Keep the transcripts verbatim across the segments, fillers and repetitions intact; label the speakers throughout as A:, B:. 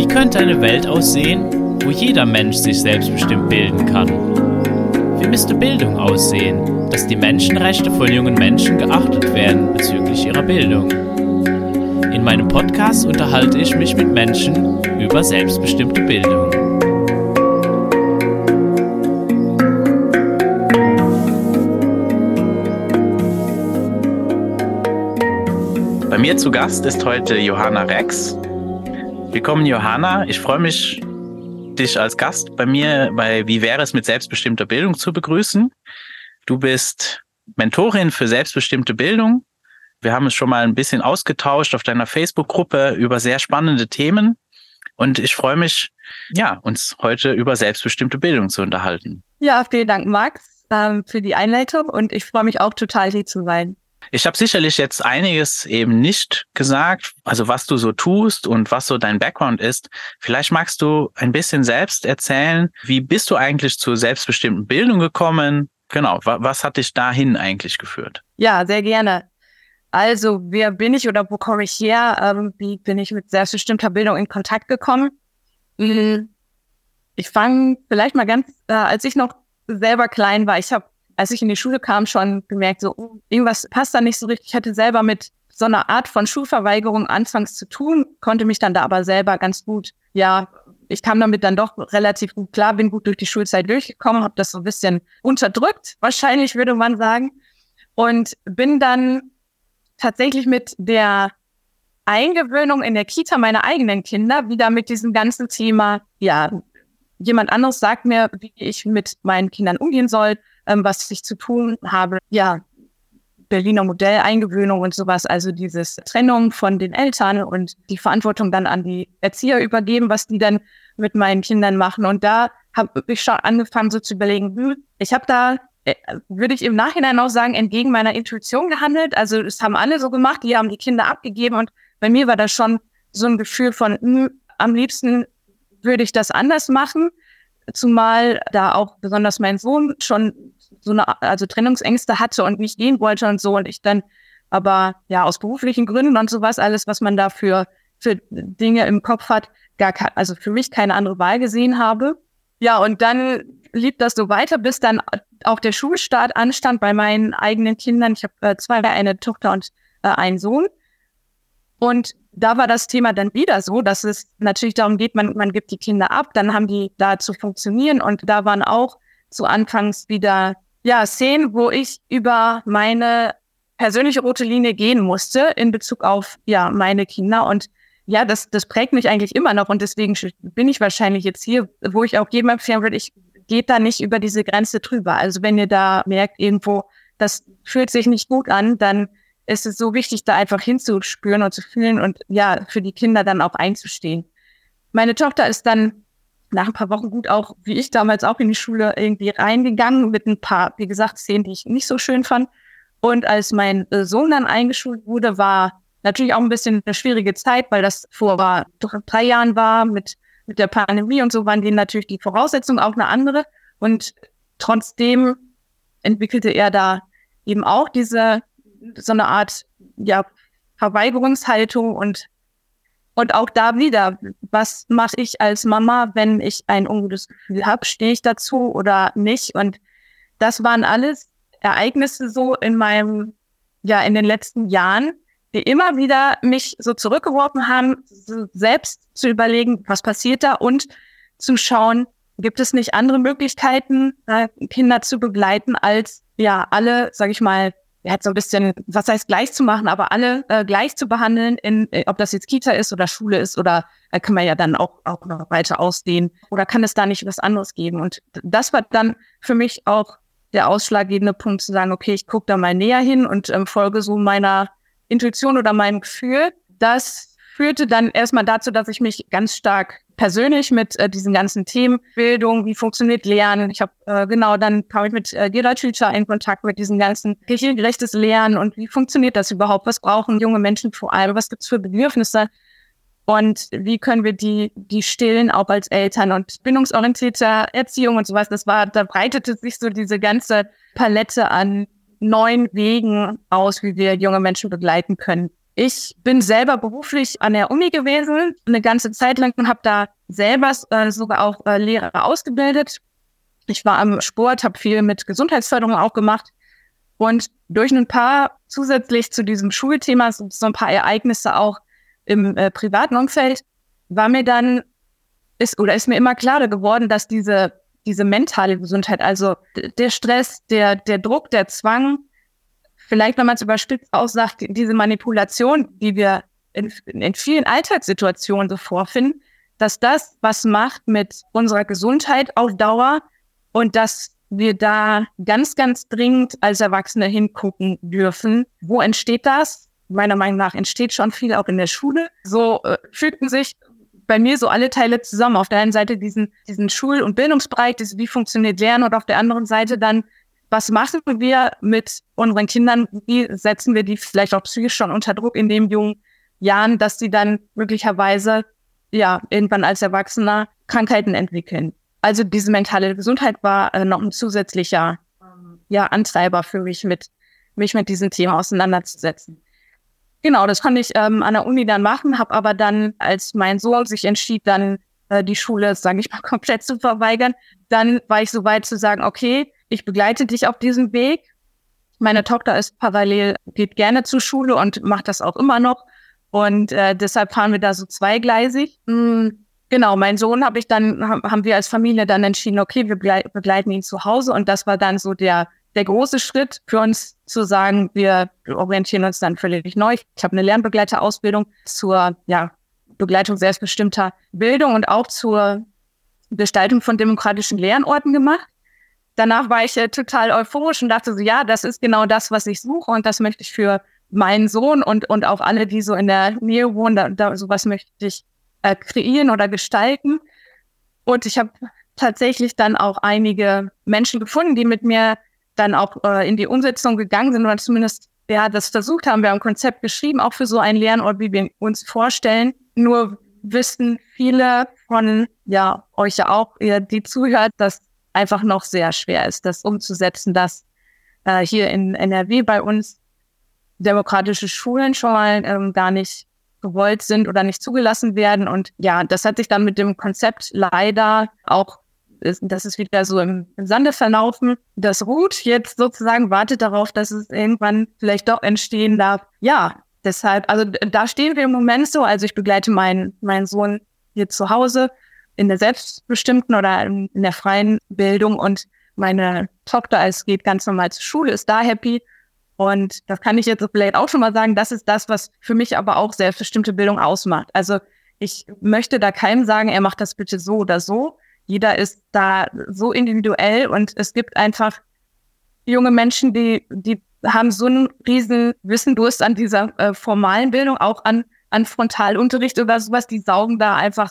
A: Wie könnte eine Welt aussehen, wo jeder Mensch sich selbstbestimmt bilden kann? Wie müsste Bildung aussehen, dass die Menschenrechte von jungen Menschen geachtet werden bezüglich ihrer Bildung? In meinem Podcast unterhalte ich mich mit Menschen über selbstbestimmte Bildung.
B: Bei mir zu Gast ist heute Johanna Rex. Willkommen, Johanna. Ich freue mich, dich als Gast bei mir bei Wie wäre es mit selbstbestimmter Bildung zu begrüßen. Du bist Mentorin für selbstbestimmte Bildung. Wir haben uns schon mal ein bisschen ausgetauscht auf deiner Facebook-Gruppe über sehr spannende Themen. Und ich freue mich, ja, uns heute über selbstbestimmte Bildung zu unterhalten.
C: Ja, vielen Dank, Max, ähm, für die Einleitung. Und ich freue mich auch total, hier zu sein.
B: Ich habe sicherlich jetzt einiges eben nicht gesagt, also was du so tust und was so dein Background ist. Vielleicht magst du ein bisschen selbst erzählen, wie bist du eigentlich zur selbstbestimmten Bildung gekommen? Genau, was hat dich dahin eigentlich geführt?
C: Ja, sehr gerne. Also, wer bin ich oder wo komme ich her? Ähm, wie bin ich mit selbstbestimmter Bildung in Kontakt gekommen? Ich fange vielleicht mal ganz, äh, als ich noch selber klein war, ich habe als ich in die Schule kam, schon gemerkt, so oh, irgendwas passt da nicht so richtig. Ich hatte selber mit so einer Art von Schulverweigerung anfangs zu tun, konnte mich dann da aber selber ganz gut, ja, ich kam damit dann doch relativ gut klar, bin gut durch die Schulzeit durchgekommen, habe das so ein bisschen unterdrückt, wahrscheinlich würde man sagen, und bin dann tatsächlich mit der Eingewöhnung in der Kita meiner eigenen Kinder wieder mit diesem ganzen Thema, ja, jemand anderes sagt mir, wie ich mit meinen Kindern umgehen soll, ähm, was ich zu tun habe. Ja, Berliner Modell, Eingewöhnung und sowas, also dieses Trennung von den Eltern und die Verantwortung dann an die Erzieher übergeben, was die dann mit meinen Kindern machen. Und da habe ich schon angefangen so zu überlegen, hm, ich habe da, äh, würde ich im Nachhinein auch sagen, entgegen meiner Intuition gehandelt. Also das haben alle so gemacht, die haben die Kinder abgegeben und bei mir war das schon so ein Gefühl von, hm, am liebsten würde ich das anders machen, zumal da auch besonders mein Sohn schon so eine, also Trennungsängste hatte und nicht gehen wollte und so und ich dann aber ja aus beruflichen Gründen und sowas, alles, was man da für, für Dinge im Kopf hat, gar ke- also für mich keine andere Wahl gesehen habe. Ja, und dann lief das so weiter, bis dann auch der Schulstart anstand bei meinen eigenen Kindern. Ich habe äh, zwei, eine Tochter und äh, einen Sohn. Und da war das Thema dann wieder so, dass es natürlich darum geht, man, man gibt die Kinder ab, dann haben die da zu funktionieren. Und da waren auch zu Anfangs wieder ja Szenen, wo ich über meine persönliche rote Linie gehen musste in Bezug auf ja meine Kinder. Und ja, das, das prägt mich eigentlich immer noch. Und deswegen bin ich wahrscheinlich jetzt hier, wo ich auch jedem empfehlen würde, ich gehe da nicht über diese Grenze drüber. Also wenn ihr da merkt irgendwo, das fühlt sich nicht gut an, dann ist es so wichtig, da einfach hinzuspüren und zu fühlen und ja, für die Kinder dann auch einzustehen. Meine Tochter ist dann nach ein paar Wochen gut auch, wie ich damals auch in die Schule irgendwie reingegangen mit ein paar, wie gesagt, Szenen, die ich nicht so schön fand. Und als mein Sohn dann eingeschult wurde, war natürlich auch ein bisschen eine schwierige Zeit, weil das vor drei Jahren war mit, mit der Pandemie und so waren die natürlich die Voraussetzungen auch eine andere. Und trotzdem entwickelte er da eben auch diese so eine Art ja Verweigerungshaltung und und auch da wieder, was mache ich als Mama, wenn ich ein ungutes Gefühl habe, stehe ich dazu oder nicht? Und das waren alles Ereignisse so in meinem ja in den letzten Jahren, die immer wieder mich so zurückgeworfen haben, so selbst zu überlegen, was passiert da und zu schauen, gibt es nicht andere Möglichkeiten, Kinder zu begleiten, als ja alle, sage ich mal, er hat so ein bisschen, was heißt gleich zu machen, aber alle äh, gleich zu behandeln, in, äh, ob das jetzt Kita ist oder Schule ist oder äh, kann man ja dann auch, auch noch weiter ausdehnen oder kann es da nicht was anderes geben? Und das war dann für mich auch der ausschlaggebende Punkt zu sagen, okay, ich gucke da mal näher hin und ähm, folge so meiner Intuition oder meinem Gefühl. Das führte dann erstmal dazu, dass ich mich ganz stark persönlich mit äh, diesen ganzen Themen, Bildung, wie funktioniert Lernen. Ich habe äh, genau, dann kam ich mit äh, Gerald Hüther in Kontakt mit diesen ganzen kirchengerechtes Lernen und wie funktioniert das überhaupt? Was brauchen junge Menschen vor allem? Was gibt's für Bedürfnisse? Und wie können wir die die stillen, auch als Eltern und bindungsorientierte Erziehung und sowas. Das war, da breitete sich so diese ganze Palette an neuen Wegen aus, wie wir junge Menschen begleiten können. Ich bin selber beruflich an der Uni gewesen, eine ganze Zeit lang, und habe da selber äh, sogar auch äh, Lehrer ausgebildet. Ich war am Sport, habe viel mit Gesundheitsförderung auch gemacht. Und durch ein paar zusätzlich zu diesem Schulthema, so ein paar Ereignisse auch im äh, privaten Umfeld, war mir dann, ist oder ist mir immer klarer geworden, dass diese diese mentale Gesundheit, also der Stress, der der Druck, der Zwang, vielleicht, wenn man es überspitzt aussagt, diese Manipulation, die wir in, in vielen Alltagssituationen so vorfinden, dass das was macht mit unserer Gesundheit auf Dauer und dass wir da ganz, ganz dringend als Erwachsene hingucken dürfen. Wo entsteht das? Meiner Meinung nach entsteht schon viel auch in der Schule. So äh, fügten sich bei mir so alle Teile zusammen. Auf der einen Seite diesen diesen Schul- und Bildungsbereich, das, wie funktioniert Lernen, und auf der anderen Seite dann, was machen wir mit unseren Kindern? Wie setzen wir die vielleicht auch psychisch schon unter Druck in den jungen Jahren, dass sie dann möglicherweise ja irgendwann als Erwachsener Krankheiten entwickeln? Also diese mentale Gesundheit war äh, noch ein zusätzlicher ähm, ja Antreiber für mich, mit mich mit diesem Thema auseinanderzusetzen. Genau, das konnte ich ähm, an der Uni dann machen, habe aber dann, als mein Sohn sich entschied, dann äh, die Schule, sage ich mal, komplett zu verweigern, dann war ich so weit zu sagen, okay, ich begleite dich auf diesem Weg. Meine Tochter ist parallel, geht gerne zur Schule und macht das auch immer noch. Und äh, deshalb fahren wir da so zweigleisig. Mhm. Genau, mein Sohn habe ich dann, haben wir als Familie dann entschieden, okay, wir begleiten ihn zu Hause. Und das war dann so der der große Schritt für uns, zu sagen, wir orientieren uns dann völlig neu. Ich habe eine Lernbegleiterausbildung zur ja, Begleitung selbstbestimmter Bildung und auch zur Gestaltung von demokratischen Lernorten gemacht. Danach war ich äh, total euphorisch und dachte so, ja, das ist genau das, was ich suche, und das möchte ich für meinen Sohn und und auch alle, die so in der Nähe wohnen, da, da sowas möchte ich äh, kreieren oder gestalten. Und ich habe tatsächlich dann auch einige Menschen gefunden, die mit mir dann auch äh, in die Umsetzung gegangen sind oder zumindest ja das versucht haben. Wir haben ein Konzept geschrieben, auch für so einen Lernort, wie wir uns vorstellen. Nur wissen viele von ja euch ja auch, ihr die zuhört, dass einfach noch sehr schwer ist, das umzusetzen, dass äh, hier in N R W bei uns demokratische Schulen schon mal ähm, gar nicht gewollt sind oder nicht zugelassen werden. Und ja, das hat sich dann mit dem Konzept leider auch, das ist wieder so im, im Sande verlaufen. Das ruht jetzt sozusagen, wartet darauf, dass es irgendwann vielleicht doch entstehen darf. Ja, deshalb, also da stehen wir im Moment so. Also ich begleite meinen meinen Sohn hier zu Hause in der selbstbestimmten oder in, in der freien Bildung, und meine Tochter, es geht ganz normal zur Schule, ist da happy. Und das kann ich jetzt vielleicht auch schon mal sagen, das ist das, was für mich aber auch selbstbestimmte Bildung ausmacht. Also ich möchte da keinem sagen, er macht das bitte so oder so. Jeder ist da so individuell, und es gibt einfach junge Menschen, die die haben so einen riesen Wissendurst an dieser äh, formalen Bildung, auch an an Frontalunterricht oder sowas. Die saugen da einfach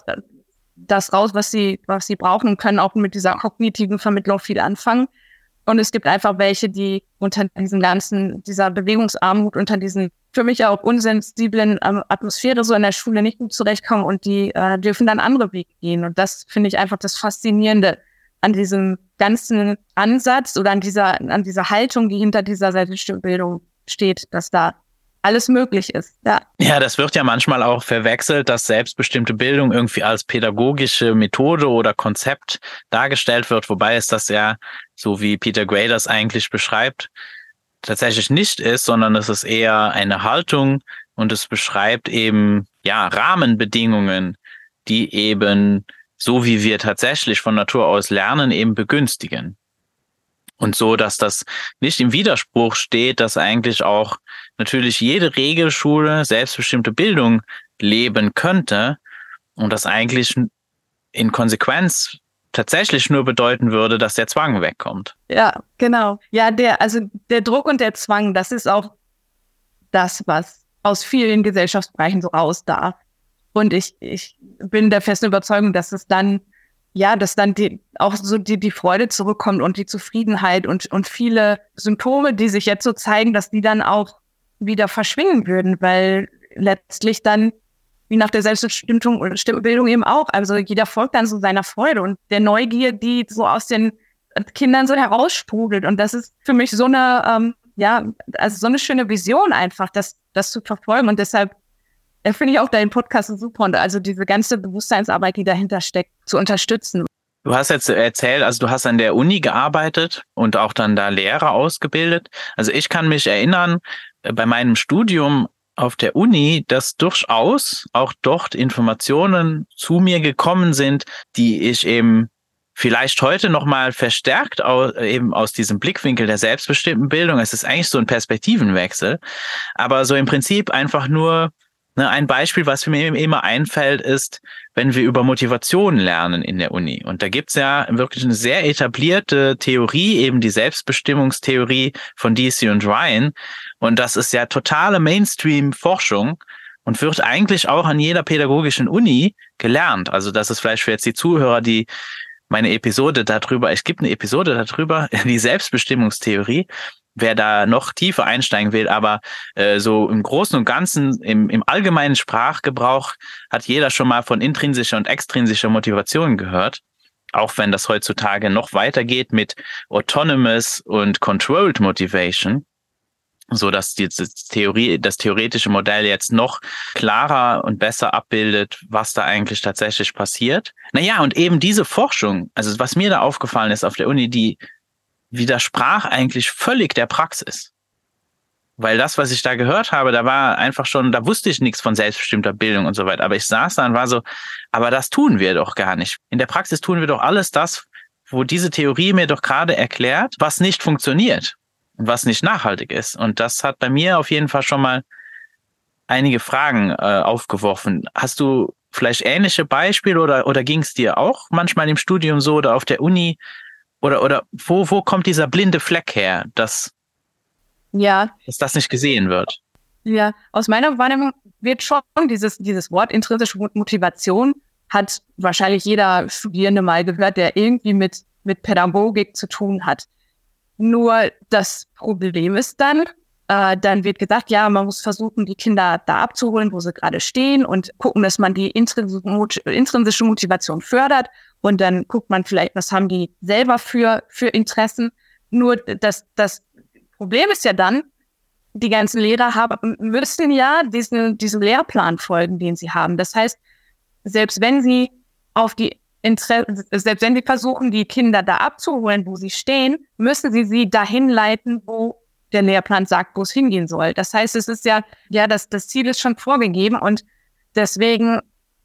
C: das raus, was sie was sie brauchen, und können auch mit dieser kognitiven Vermittlung viel anfangen. Und es gibt einfach welche, die unter diesem ganzen, dieser Bewegungsarmut, unter diesen für mich auch unsensiblen ähm, Atmosphäre so in der Schule nicht gut zurechtkommen, und die äh, dürfen dann andere Wege gehen. Und das finde ich einfach das Faszinierende an diesem ganzen Ansatz oder an dieser an dieser Haltung, die hinter dieser selbstbestimmten Bildung steht, dass da alles möglich ist. Ja.
B: Ja, das wird ja manchmal auch verwechselt, dass selbstbestimmte Bildung irgendwie als pädagogische Methode oder Konzept dargestellt wird, wobei es das ja, so wie Peter Gray das eigentlich beschreibt, tatsächlich nicht ist, sondern es ist eher eine Haltung, und es beschreibt eben ja Rahmenbedingungen, die eben, so wie wir tatsächlich von Natur aus lernen, eben begünstigen. Und so, dass das nicht im Widerspruch steht, dass eigentlich auch natürlich jede Regelschule selbstbestimmte Bildung leben könnte, und das eigentlich in Konsequenz tatsächlich nur bedeuten würde, dass der Zwang wegkommt.
C: Ja, genau. Ja, der, also der Druck und der Zwang, das ist auch das, was aus vielen Gesellschaftsbereichen so raus darf. Und ich, ich bin der festen Überzeugung, dass es dann ja, dass dann die, auch so die, die Freude zurückkommt und die Zufriedenheit und, und viele Symptome, die sich jetzt so zeigen, dass die dann auch wieder verschwinden würden, weil letztlich dann, wie nach der Selbstbestimmung oder Bildung eben auch, also jeder folgt dann so seiner Freude und der Neugier, die so aus den Kindern so heraussprudelt. Und das ist für mich so eine, ähm, ja, also so eine schöne Vision einfach, das, das zu verfolgen. Und deshalb äh, finde ich auch deinen Podcast super und also diese ganze Bewusstseinsarbeit, die dahinter steckt, zu unterstützen.
B: Du hast jetzt erzählt, also du hast an der Uni gearbeitet und auch dann da Lehrer ausgebildet. Also ich kann mich erinnern, bei meinem Studium auf der Uni, dass durchaus auch dort Informationen zu mir gekommen sind, die ich eben vielleicht heute nochmal verstärkt aus, eben aus diesem Blickwinkel der selbstbestimmten Bildung. Es ist eigentlich so ein Perspektivenwechsel, aber so im Prinzip einfach nur ne, ein Beispiel, was mir immer einfällt, ist, wenn wir über Motivation lernen in der Uni. Und da gibt's ja wirklich eine sehr etablierte Theorie, eben die Selbstbestimmungstheorie von D C und Ryan. Und das ist ja totale Mainstream-Forschung und wird eigentlich auch an jeder pädagogischen Uni gelernt. Also das ist vielleicht für jetzt die Zuhörer, die meine Episode darüber, es gibt eine Episode darüber, die Selbstbestimmungstheorie, wer da noch tiefer einsteigen will, aber äh, so im Großen und Ganzen, im, im allgemeinen Sprachgebrauch hat jeder schon mal von intrinsischer und extrinsischer Motivation gehört, auch wenn das heutzutage noch weitergeht mit Autonomous und Controlled Motivation, so dass die Theorie, das theoretische Modell jetzt noch klarer und besser abbildet, was da eigentlich tatsächlich passiert. Naja, und eben diese Forschung, also was mir da aufgefallen ist auf der Uni, die widersprach eigentlich völlig der Praxis. Weil das, was ich da gehört habe, da war einfach schon, da wusste ich nichts von selbstbestimmter Bildung und so weiter. Aber ich saß da und war so, aber das tun wir doch gar nicht. In der Praxis tun wir doch alles das, wo diese Theorie mir doch gerade erklärt, was nicht funktioniert. Und was nicht nachhaltig ist. Und das hat bei mir auf jeden Fall schon mal einige Fragen äh, aufgeworfen. Hast du vielleicht ähnliche Beispiele oder, oder ging es dir auch manchmal im Studium so oder auf der Uni? Oder, oder wo, wo kommt dieser blinde Fleck her, dass,
C: ja.
B: dass das nicht gesehen wird?
C: Ja, aus meiner Wahrnehmung wird schon dieses, dieses Wort intrinsische Motivation hat wahrscheinlich jeder Studierende mal gehört, der irgendwie mit, mit Pädagogik zu tun hat. Nur das Problem ist dann, äh, dann wird gesagt, ja, man muss versuchen, die Kinder da abzuholen, wo sie gerade stehen und gucken, dass man die intrinsische Motivation fördert und dann guckt man vielleicht, was haben die selber für, für Interessen. Nur das, das Problem ist ja dann, die ganzen Lehrer haben, müssen ja diesen, diesem Lehrplan folgen, den sie haben. Das heißt, selbst wenn sie auf die Selbst wenn wir versuchen, die Kinder da abzuholen, wo sie stehen, müssen sie sie dahin leiten, wo der Lehrplan sagt, wo es hingehen soll. Das heißt, es ist ja, ja, das, das Ziel ist schon vorgegeben und deswegen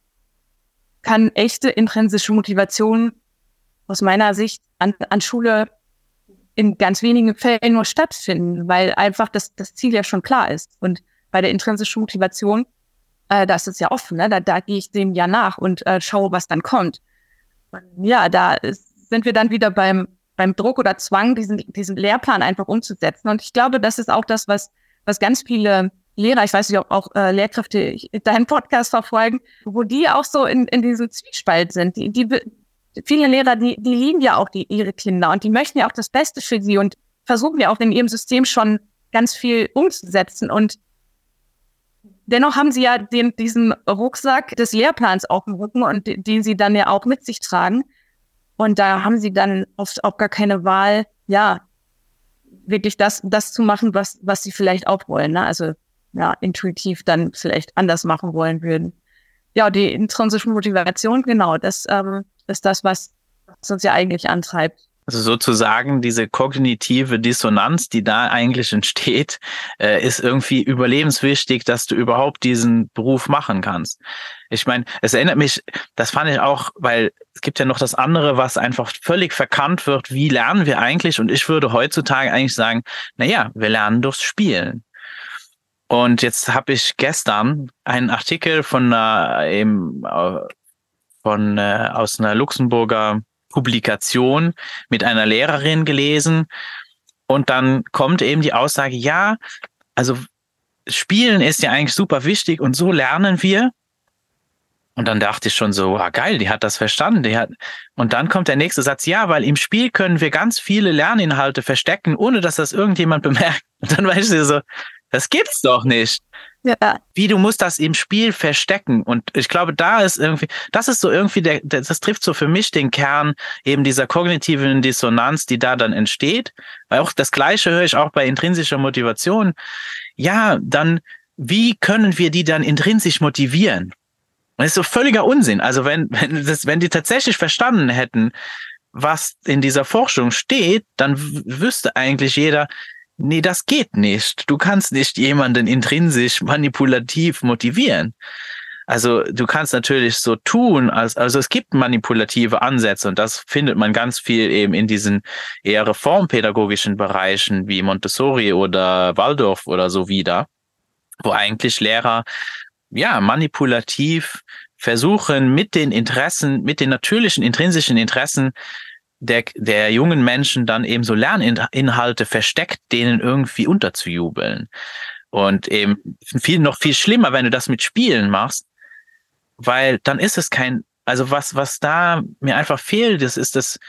C: kann echte intrinsische Motivation aus meiner Sicht an, an Schule in ganz wenigen Fällen nur stattfinden, weil einfach das, das Ziel ja schon klar ist. Und bei der intrinsischen Motivation, äh, das ist ja offen, ne? da, da gehe ich dem ja nach und äh, schaue, was dann kommt. Ja, da ist, sind wir dann wieder beim, beim Druck oder Zwang, diesen, diesen Lehrplan einfach umzusetzen. Und ich glaube, das ist auch das, was, was ganz viele Lehrer, ich weiß nicht, ob auch äh, Lehrkräfte deinen Podcast verfolgen, wo die auch so in, in diesem Zwiespalt sind. Die, die, viele Lehrer, die, die lieben ja auch die, ihre Kinder und die möchten ja auch das Beste für sie und versuchen ja auch in ihrem System schon ganz viel umzusetzen. Und dennoch haben sie ja den, diesen Rucksack des Lehrplans auf dem Rücken und den, den sie dann ja auch mit sich tragen. Und da haben sie dann oft auch gar keine Wahl, ja, wirklich das, das zu machen, was, was sie vielleicht auch wollen, ne? Also, ja, intuitiv dann vielleicht anders machen wollen würden. Ja, die intrinsische Motivation, genau, das ähm, ist das, was, was uns ja eigentlich antreibt.
B: Also sozusagen diese kognitive Dissonanz, die da eigentlich entsteht, äh, ist irgendwie überlebenswichtig, dass du überhaupt diesen Beruf machen kannst. Ich meine, es erinnert mich, das fand ich auch, weil es gibt ja noch das andere, was einfach völlig verkannt wird, wie lernen wir eigentlich? Und ich würde heutzutage eigentlich sagen, naja, wir lernen durchs Spielen. Und jetzt habe ich gestern einen Artikel von einer, eben, von, äh, aus einer Luxemburger Publikation mit einer Lehrerin gelesen und dann kommt eben die Aussage, ja, also Spielen ist ja eigentlich super wichtig und so lernen wir. Und dann dachte ich schon so, ah, geil, die hat das verstanden. Die hat und dann kommt der nächste Satz, ja, weil im Spiel können wir ganz viele Lerninhalte verstecken, ohne dass das irgendjemand bemerkt. Und dann weiß ich so, das gibt's doch nicht.
C: Ja.
B: Wie du musst das im Spiel verstecken. Und ich glaube, da ist irgendwie, das ist so irgendwie, der, der, das trifft so für mich den Kern eben dieser kognitiven Dissonanz, die da dann entsteht. Weil auch das Gleiche höre ich auch bei intrinsischer Motivation. Ja, dann, wie können wir die dann intrinsisch motivieren? Das ist so völliger Unsinn. Also wenn, wenn, das, wenn die tatsächlich verstanden hätten, was in dieser Forschung steht, dann w- wüsste eigentlich jeder, nee, das geht nicht. Du kannst nicht jemanden intrinsisch manipulativ motivieren. Also du kannst natürlich so tun, als, also es gibt manipulative Ansätze und das findet man ganz viel eben in diesen eher reformpädagogischen Bereichen wie Montessori oder Waldorf oder so wieder, wo eigentlich Lehrer ja manipulativ versuchen, mit den Interessen, mit den natürlichen intrinsischen Interessen Der, der jungen Menschen dann eben so Lerninhalte versteckt, denen irgendwie unterzujubeln. Und eben viel, noch viel schlimmer, wenn du das mit Spielen machst, weil dann ist es kein, also was, was da mir einfach fehlt, das ist das,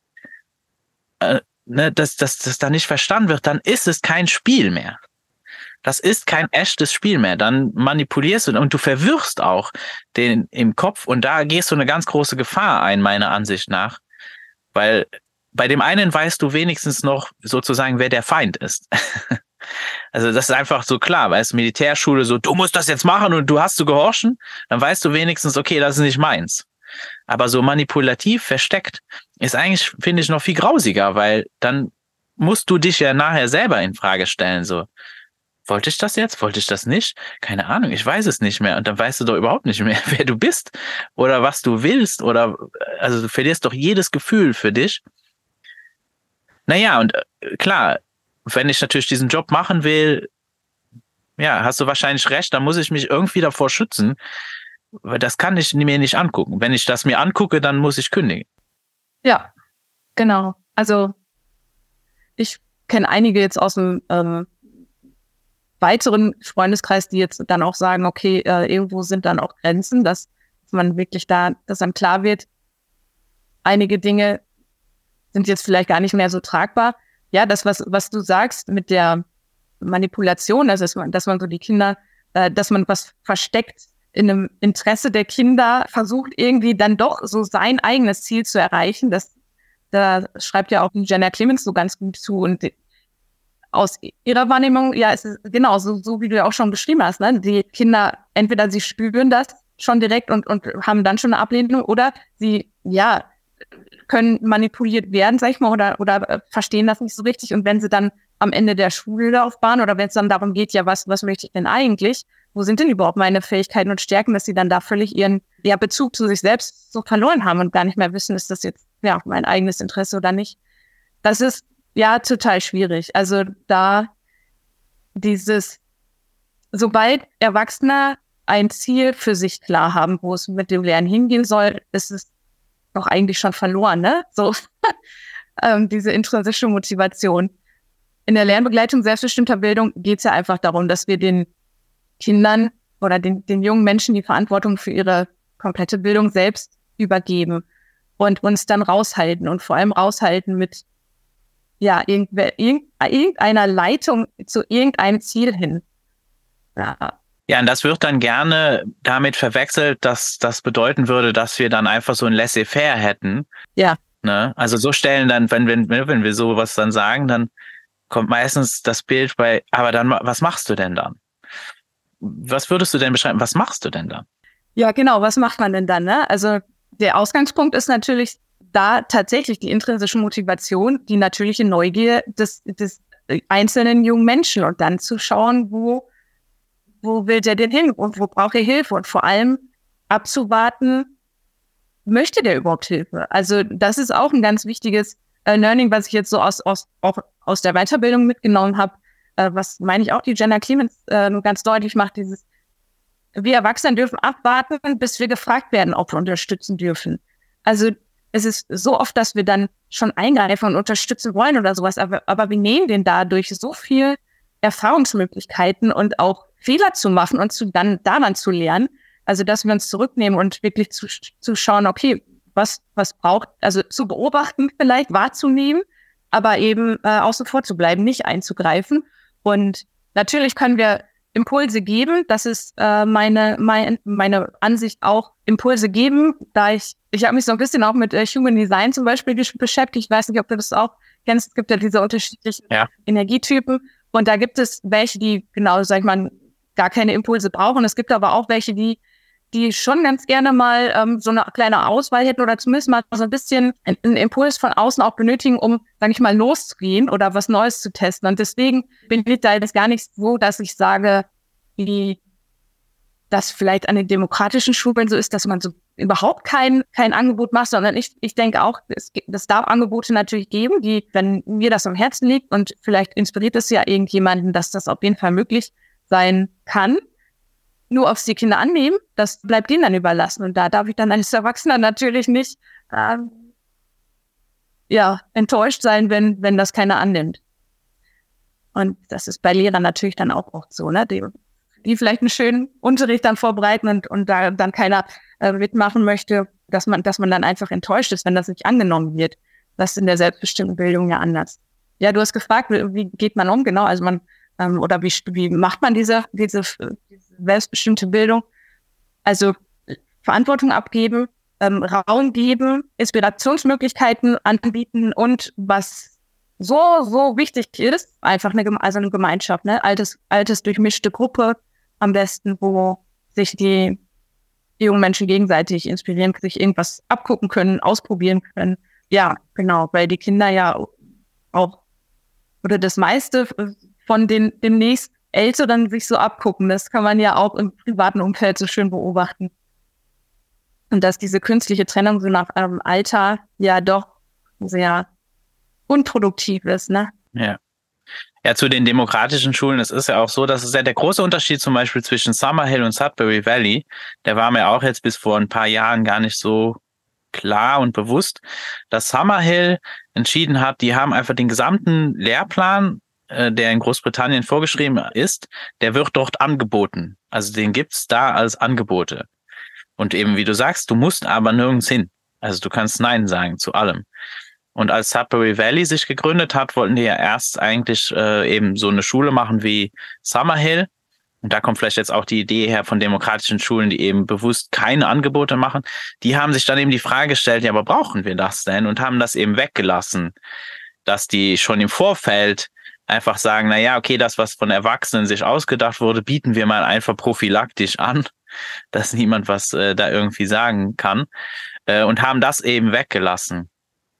B: äh, ne, dass, dass, dass da nicht verstanden wird, dann ist es kein Spiel mehr. Das ist kein echtes Spiel mehr. Dann manipulierst du und du verwirrst auch den im Kopf und da gehst du eine ganz große Gefahr ein, meiner Ansicht nach. Weil bei dem einen weißt du wenigstens noch sozusagen, wer der Feind ist. Also das ist einfach so klar, weil es Militärschule so, du musst das jetzt machen und du hast zu gehorchen, dann weißt du wenigstens, okay, das ist nicht meins. Aber so manipulativ versteckt ist eigentlich, finde ich, noch viel grausiger, weil dann musst du dich ja nachher selber in Frage stellen, so, wollte ich das jetzt? Wollte ich das nicht? Keine Ahnung, ich weiß es nicht mehr. Und dann weißt du doch überhaupt nicht mehr, wer du bist oder was du willst oder, also du verlierst doch jedes Gefühl für dich. Naja, und klar, wenn ich natürlich diesen Job machen will, ja, hast du wahrscheinlich recht, dann muss ich mich irgendwie davor schützen, weil das kann ich mir nicht angucken. Wenn ich das mir angucke, dann muss ich kündigen.
C: Ja, genau. Also ich kenne einige jetzt aus dem ähm, weiteren Freundeskreis, die jetzt dann auch sagen, okay, äh, irgendwo sind dann auch Grenzen, dass man wirklich da, dass einem klar wird, einige Dinge sind jetzt vielleicht gar nicht mehr so tragbar. Ja, das, was, was du sagst mit der Manipulation, also dass man, dass man so die Kinder, äh, dass man was versteckt in einem Interesse der Kinder, versucht irgendwie dann doch so sein eigenes Ziel zu erreichen. Das, da schreibt ja auch Jenna Clemens so ganz gut zu und die, aus ihrer Wahrnehmung, ja, es ist genau so, so wie du ja auch schon beschrieben hast, ne? Die Kinder, entweder sie spüren das schon direkt und, und haben dann schon eine Ablehnung oder sie, ja, können manipuliert werden, sag ich mal, oder, oder verstehen das nicht so richtig. Und wenn sie dann am Ende der Schullaufbahn oder wenn es dann darum geht, ja, was, was möchte ich denn eigentlich? Wo sind denn überhaupt meine Fähigkeiten und Stärken, dass sie dann da völlig ihren, ja, Bezug zu sich selbst so verloren haben und gar nicht mehr wissen, ist das jetzt, ja, mein eigenes Interesse oder nicht? Das ist, ja, total schwierig. Also da dieses, sobald Erwachsene ein Ziel für sich klar haben, wo es mit dem Lernen hingehen soll, ist es doch eigentlich schon verloren, ne? So ähm, diese intrinsische Motivation. In der Lernbegleitung selbstbestimmter Bildung geht es ja einfach darum, dass wir den Kindern oder den, den jungen Menschen die Verantwortung für ihre komplette Bildung selbst übergeben und uns dann raushalten und vor allem raushalten mit ja irgendeiner Leitung zu irgendeinem Ziel hin. Ja.
B: Ja, und das wird dann gerne damit verwechselt, dass das bedeuten würde, dass wir dann einfach so ein Laissez-faire hätten.
C: Ja.
B: Ne? Also so stellen dann, wenn, wenn, wenn wir sowas dann sagen, dann kommt meistens das Bild bei, aber dann, was machst du denn dann? Was würdest du denn beschreiben? Was machst du denn dann?
C: Ja, genau, was macht man denn dann? Ne? Also der Ausgangspunkt ist natürlich da tatsächlich die intrinsische Motivation, die natürliche Neugier des, des einzelnen jungen Menschen und dann zu schauen, wo Wo will der denn hin und wo braucht er Hilfe? Und vor allem abzuwarten, möchte der überhaupt Hilfe? Also das ist auch ein ganz wichtiges äh, Learning, was ich jetzt so aus, aus, auch aus der Weiterbildung mitgenommen habe, äh, was meine ich auch die Jenna Clemens äh, ganz deutlich macht, dieses, wir Erwachsene dürfen abwarten, bis wir gefragt werden, ob wir unterstützen dürfen. Also es ist so oft, dass wir dann schon eingreifen und unterstützen wollen oder sowas, aber, aber wir nehmen denen dadurch so viel Erfahrungsmöglichkeiten und auch Fehler zu machen und zu dann daran zu lernen, also dass wir uns zurücknehmen und wirklich zu, zu schauen, okay, was was braucht, also zu beobachten vielleicht, wahrzunehmen, aber eben äh, außen vor zu bleiben, nicht einzugreifen. Und natürlich können wir Impulse geben. Das ist äh, meine, mein, meine Ansicht auch, Impulse geben, da ich, ich habe mich so ein bisschen auch mit äh, Human Design zum Beispiel beschäftigt. Ich weiß nicht, ob du das auch kennst. Es gibt ja diese unterschiedlichen ja. Energietypen. Und da gibt es welche, die genau, sag ich mal, gar keine Impulse brauchen. Es gibt aber auch welche, die die schon ganz gerne mal ähm, so eine kleine Auswahl hätten oder zumindest mal so ein bisschen einen Impuls von außen auch benötigen, um, sage ich mal, loszugehen oder was Neues zu testen. Und deswegen bin ich da jetzt gar nicht so, dass ich sage, wie das vielleicht an den demokratischen Schulen so ist, dass man so überhaupt kein kein Angebot macht, sondern ich ich denke auch, es, es darf Angebote natürlich geben, die, wenn mir das am Herzen liegt und vielleicht inspiriert es ja irgendjemanden, dass das auf jeden Fall möglich sein kann. Nur ob es die Kinder annehmen, das bleibt denen dann überlassen. Und da darf ich dann als Erwachsener natürlich nicht ähm, ja, enttäuscht sein, wenn wenn das keiner annimmt. Und das ist bei Lehrern natürlich dann auch oft so, ne? Die, die vielleicht einen schönen Unterricht dann vorbereiten und und da dann keiner äh, mitmachen möchte, dass man dass man dann einfach enttäuscht ist, wenn das nicht angenommen wird. Das ist in der selbstbestimmten Bildung ja anders. Ja, du hast gefragt, wie geht man um? Genau, also man ähm, oder wie wie macht man diese diese selbstbestimmte Bildung? Also Verantwortung abgeben, ähm, Raum geben, Inspirationsmöglichkeiten anbieten und was so, so wichtig ist, einfach eine, also eine Gemeinschaft, ne? Altes, altes durchmischte Gruppe am besten, wo sich die, die jungen Menschen gegenseitig inspirieren, sich irgendwas abgucken können, ausprobieren können. Ja, genau, weil die Kinder ja auch, oder das meiste von den demnächst Älteren sich so abgucken. Das kann man ja auch im privaten Umfeld so schön beobachten. Und dass diese künstliche Trennung so nach einem Alter ja doch sehr unproduktiv ist, ne?
B: Ja. Ja, zu den demokratischen Schulen, es ist ja auch so, dass es ja der große Unterschied zum Beispiel zwischen Summerhill und Sudbury Valley, der war mir auch jetzt bis vor ein paar Jahren gar nicht so klar und bewusst, dass Summerhill entschieden hat, die haben einfach den gesamten Lehrplan, der in Großbritannien vorgeschrieben ist, der wird dort angeboten. Also den gibt's da als Angebote. Und eben, wie du sagst, du musst aber nirgends hin. Also du kannst Nein sagen zu allem. Und als Sudbury Valley sich gegründet hat, wollten die ja erst eigentlich äh, eben so eine Schule machen wie Summerhill. Und da kommt vielleicht jetzt auch die Idee her von demokratischen Schulen, die eben bewusst keine Angebote machen. Die haben sich dann eben die Frage gestellt, ja, aber brauchen wir das denn? Und haben das eben weggelassen, dass die schon im Vorfeld einfach sagen, na ja, okay, das, was von Erwachsenen sich ausgedacht wurde, bieten wir mal einfach prophylaktisch an, dass niemand was äh, da irgendwie sagen kann, äh, und haben das eben weggelassen.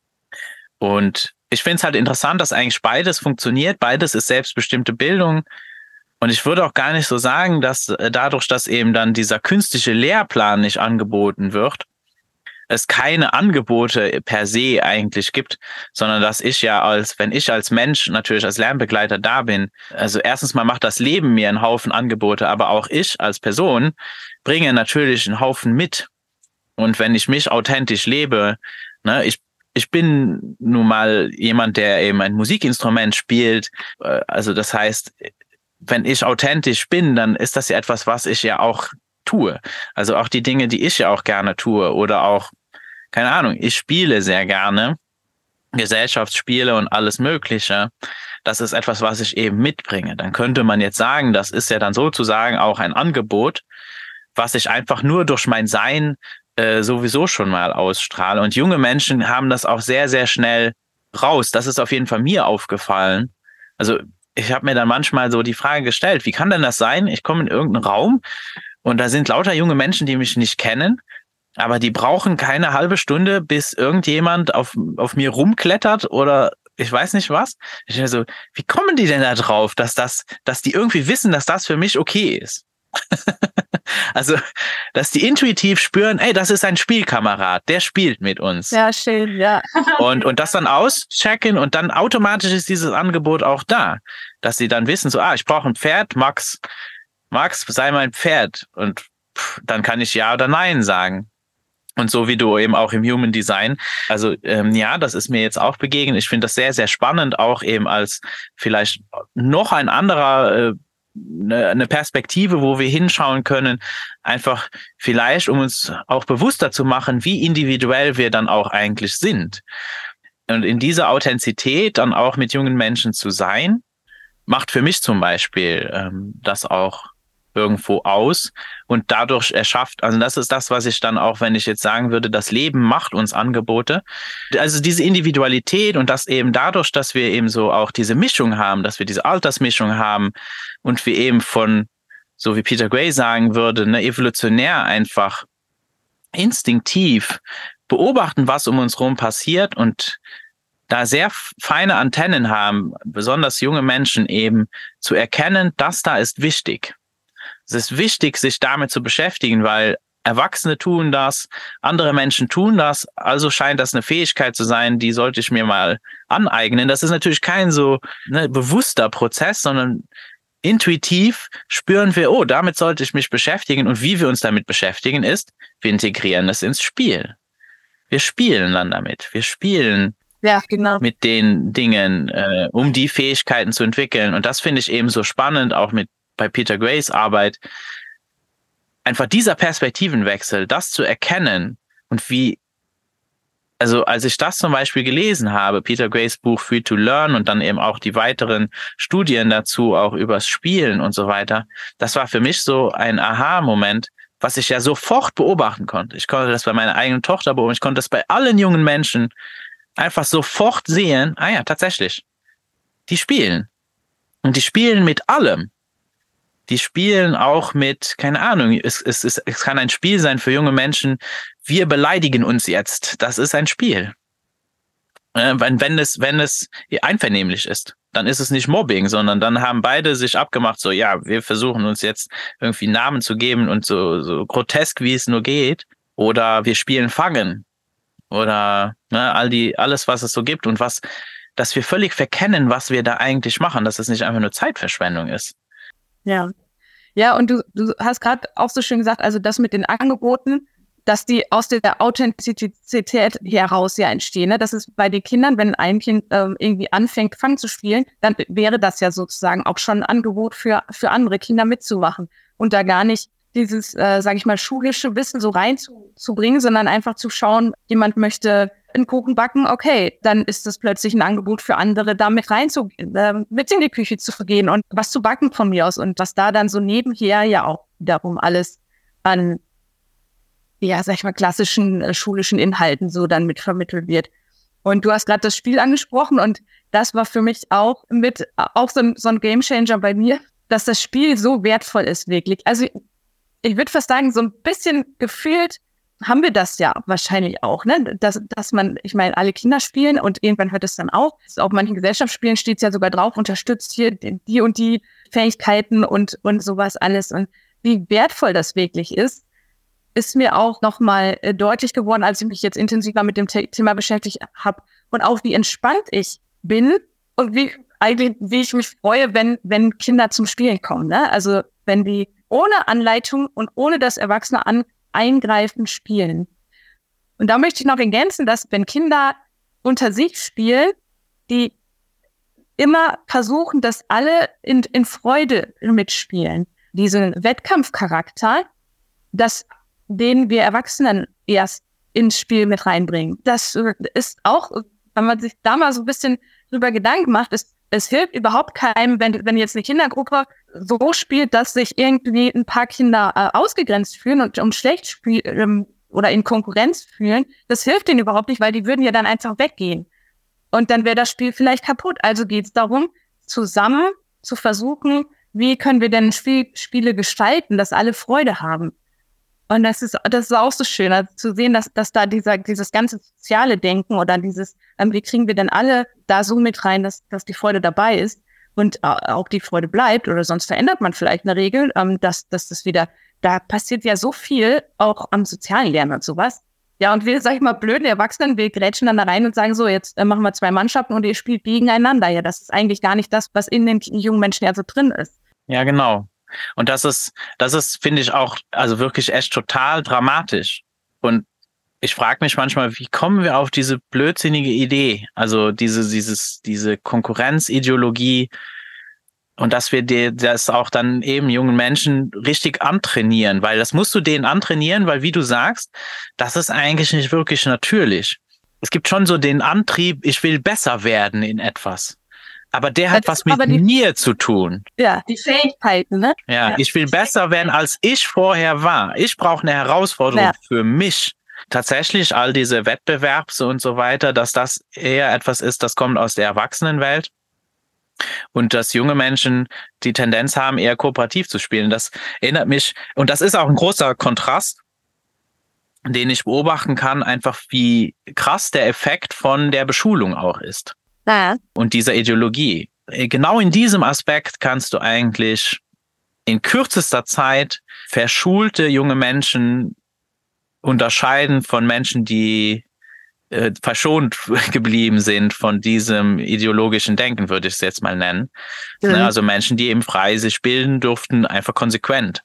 B: Und ich finde es halt interessant, dass eigentlich beides funktioniert, beides ist selbstbestimmte Bildung. Und ich würde auch gar nicht so sagen, dass äh, dadurch, dass eben dann dieser künstliche Lehrplan nicht angeboten wird, es keine Angebote per se eigentlich gibt, sondern dass ich ja als, wenn ich als Mensch natürlich als Lernbegleiter da bin, also erstens mal macht das Leben mir einen Haufen Angebote, aber auch ich als Person bringe natürlich einen Haufen mit. Und wenn ich mich authentisch lebe, ne, ich ich bin nun mal jemand, der eben ein Musikinstrument spielt, also das heißt, wenn ich authentisch bin, dann ist das ja etwas, was ich ja auch tue. Also auch die Dinge, die ich ja auch gerne tue oder auch, keine Ahnung, ich spiele sehr gerne Gesellschaftsspiele und alles Mögliche. Das ist etwas, was ich eben mitbringe. Dann könnte man jetzt sagen, das ist ja dann sozusagen auch ein Angebot, was ich einfach nur durch mein Sein äh, sowieso schon mal ausstrahle. Und junge Menschen haben das auch sehr, sehr schnell raus. Das ist auf jeden Fall mir aufgefallen. Also ich habe mir dann manchmal so die Frage gestellt, wie kann denn das sein? Ich komme in irgendeinen Raum und da sind lauter junge Menschen, die mich nicht kennen, aber die brauchen keine halbe Stunde, bis irgendjemand auf, auf mir rumklettert oder ich weiß nicht was. Ich denke so, wie kommen die denn da drauf, dass das, dass die irgendwie wissen, dass das für mich okay ist? Also, dass die intuitiv spüren, ey, das ist ein Spielkamerad, der spielt mit uns.
C: Ja, schön, ja.
B: Und, und das dann auschecken und dann automatisch ist dieses Angebot auch da, dass sie dann wissen, so, ah, ich brauche ein Pferd, Max, Max, sei mein Pferd. Und pff, dann kann ich Ja oder Nein sagen. Und so wie du eben auch im Human Design. Also ähm, ja, das ist mir jetzt auch begegnet. Ich finde das sehr, sehr spannend, auch eben als vielleicht noch ein anderer äh, eine Perspektive, wo wir hinschauen können, einfach vielleicht, um uns auch bewusster zu machen, wie individuell wir dann auch eigentlich sind. Und in dieser Authentizität dann auch mit jungen Menschen zu sein macht für mich zum Beispiel ähm, das auch irgendwo aus und dadurch erschafft, also das ist das, was ich dann auch, wenn ich jetzt sagen würde, das Leben macht uns Angebote. Also diese Individualität und das eben dadurch, dass wir eben so auch diese Mischung haben, dass wir diese Altersmischung haben und wir eben von, so wie Peter Gray sagen würde, ne, evolutionär einfach instinktiv beobachten, was um uns herum passiert und da sehr feine Antennen haben, besonders junge Menschen eben zu erkennen, das da ist wichtig. Es ist wichtig, sich damit zu beschäftigen, weil Erwachsene tun das, andere Menschen tun das, also scheint das eine Fähigkeit zu sein, die sollte ich mir mal aneignen. Das ist natürlich kein so ne, bewusster Prozess, sondern intuitiv spüren wir, oh, damit sollte ich mich beschäftigen. Und wie wir uns damit beschäftigen ist, wir integrieren das ins Spiel. Wir spielen dann damit. Wir spielen
C: ja, genau.
B: mit den Dingen, äh, um die Fähigkeiten zu entwickeln. Und das finde ich eben so spannend, auch mit bei Peter Grays Arbeit, einfach dieser Perspektivenwechsel, das zu erkennen und wie, also als ich das zum Beispiel gelesen habe, Peter Grays Buch Free to Learn und dann eben auch die weiteren Studien dazu, auch übers Spielen und so weiter, das war für mich so ein Aha-Moment, was ich ja sofort beobachten konnte. Ich konnte das bei meiner eigenen Tochter beobachten, ich konnte das bei allen jungen Menschen einfach sofort sehen, ah ja, tatsächlich, die spielen. Und die spielen mit allem. Die spielen auch mit, keine Ahnung, es, es, es, es kann ein Spiel sein für junge Menschen, wir beleidigen uns jetzt. Das ist ein Spiel. Äh, wenn, wenn, es, wenn es einvernehmlich ist, dann ist es nicht Mobbing, sondern dann haben beide sich abgemacht, so ja, wir versuchen uns jetzt irgendwie Namen zu geben und so, so grotesk, wie es nur geht. Oder wir spielen Fangen. Oder ne, all die, alles, was es so gibt und was, dass wir völlig verkennen, was wir da eigentlich machen, dass es nicht einfach nur Zeitverschwendung ist.
C: Ja, ja, und du, du hast gerade auch so schön gesagt, also das mit den Angeboten, dass die aus der Authentizität heraus ja entstehen. Ne? Das ist bei den Kindern, wenn ein Kind ähm, irgendwie anfängt, Fang zu spielen, dann wäre das ja sozusagen auch schon ein Angebot für für andere Kinder mitzumachen und da gar nicht dieses, äh, sage ich mal, schulische Wissen so reinzubringen, sondern einfach zu schauen, jemand möchte einen Kuchen backen, okay, dann ist das plötzlich ein Angebot für andere, da mit reinzugehen, äh, mit in die Küche zu gehen und was zu backen von mir aus und was da dann so nebenher ja auch wiederum alles an, ja, sag ich mal, klassischen äh, schulischen Inhalten so dann mit vermittelt wird. Und du hast gerade das Spiel angesprochen und das war für mich auch mit, auch so ein, so ein Gamechanger bei mir, dass das Spiel so wertvoll ist wirklich. Also ich würde fast sagen, so ein bisschen gefühlt haben wir das ja wahrscheinlich auch, ne? Dass, dass man, ich meine, alle Kinder spielen und irgendwann hört es dann auf. Auf manchen Gesellschaftsspielen steht es ja sogar drauf, unterstützt hier die und die Fähigkeiten und, und sowas alles. Und wie wertvoll das wirklich ist, ist mir auch nochmal äh, deutlich geworden, als ich mich jetzt intensiver mit dem The- Thema beschäftigt habe. Und auch wie entspannt ich bin und wie eigentlich, wie ich mich freue, wenn, wenn Kinder zum Spielen kommen, ne? Also wenn die ohne Anleitung und ohne das Erwachsene an eingreifen spielen. Und da möchte ich noch ergänzen, dass wenn Kinder unter sich spielen, die immer versuchen, dass alle in, in Freude mitspielen. Diesen Wettkampfcharakter, dass den wir Erwachsenen erst ins Spiel mit reinbringen. Das ist auch, wenn man sich da mal so ein bisschen drüber Gedanken macht, ist, es hilft überhaupt keinem, wenn, wenn jetzt eine Kindergruppe so spielt, dass sich irgendwie ein paar Kinder äh, ausgegrenzt fühlen und, und schlecht spielen ähm, oder in Konkurrenz fühlen. Das hilft denen überhaupt nicht, weil die würden ja dann einfach weggehen. Und dann wäre das Spiel vielleicht kaputt. Also geht es darum, zusammen zu versuchen, wie können wir denn Spiel, Spiele gestalten, dass alle Freude haben. Und das ist, das ist auch so schön, also zu sehen, dass, dass da dieser, dieses ganze soziale Denken oder dieses, ähm, wie kriegen wir denn alle da so mit rein, dass, dass die Freude dabei ist und äh, auch die Freude bleibt, oder sonst verändert man vielleicht eine Regel, ähm, dass, dass das wieder, da passiert ja so viel, auch am sozialen Lernen und sowas. Ja, und wir, sag ich mal, blöden Erwachsenen, wir grätschen dann da rein und sagen so, jetzt äh, machen wir zwei Mannschaften und ihr spielt gegeneinander. Ja, das ist eigentlich gar nicht das, was in den jungen Menschen ja so drin ist.
B: Ja, genau. Und das ist, das ist, finde ich auch, also wirklich echt total dramatisch. Und ich frage mich manchmal, wie kommen wir auf diese blödsinnige Idee? Also diese, dieses, diese Konkurrenzideologie und dass wir die, das auch dann eben jungen Menschen richtig antrainieren, weil das musst du denen antrainieren, weil wie du sagst, das ist eigentlich nicht wirklich natürlich. Es gibt schon so den Antrieb, ich will besser werden in etwas. Aber der hat
C: Das
B: was mit
C: die,
B: mir zu tun.
C: Ja, die Fähigkeiten, ne?
B: Ja, ja. Ich will besser werden, als ich vorher war. Ich brauche eine Herausforderung ja. für mich. Tatsächlich all diese Wettbewerbs und so weiter, dass das eher etwas ist, das kommt aus der Erwachsenenwelt. Und dass junge Menschen die Tendenz haben, eher kooperativ zu spielen. Das erinnert mich, und das ist auch ein großer Kontrast, den ich beobachten kann, einfach wie krass der Effekt von der Beschulung auch ist. Ja. Und dieser Ideologie. Genau in diesem Aspekt kannst du eigentlich in kürzester Zeit verschulte junge Menschen unterscheiden von Menschen, die äh, verschont geblieben sind von diesem ideologischen Denken, würde ich es jetzt mal nennen. Mhm. Also Menschen, die eben frei sich bilden durften, einfach konsequent.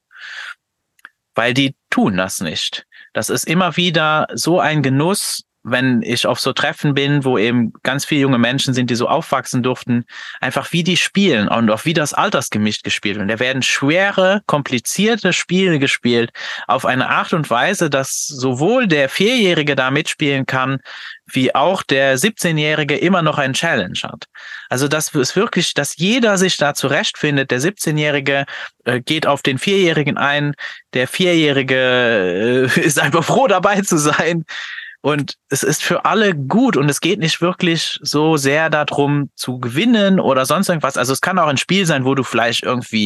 B: Weil die tun das nicht. Das ist immer wieder so ein Genuss, wenn ich auf so Treffen bin, wo eben ganz viele junge Menschen sind, die so aufwachsen durften, einfach wie die spielen und auch wie das altersgemischt gespielt wird. Und da werden schwere, komplizierte Spiele gespielt auf eine Art und Weise, dass sowohl der Vierjährige da mitspielen kann, wie auch der siebzehnjährige immer noch einen Challenge hat. Also das ist wirklich, dass jeder sich da zurechtfindet. Der siebzehnjährige äh, geht auf den Vierjährigen ein, der Vierjährige äh, ist einfach froh dabei zu sein. Und es ist für alle gut und es geht nicht wirklich so sehr darum zu gewinnen oder sonst irgendwas. Also es kann auch ein Spiel sein, wo du vielleicht irgendwie,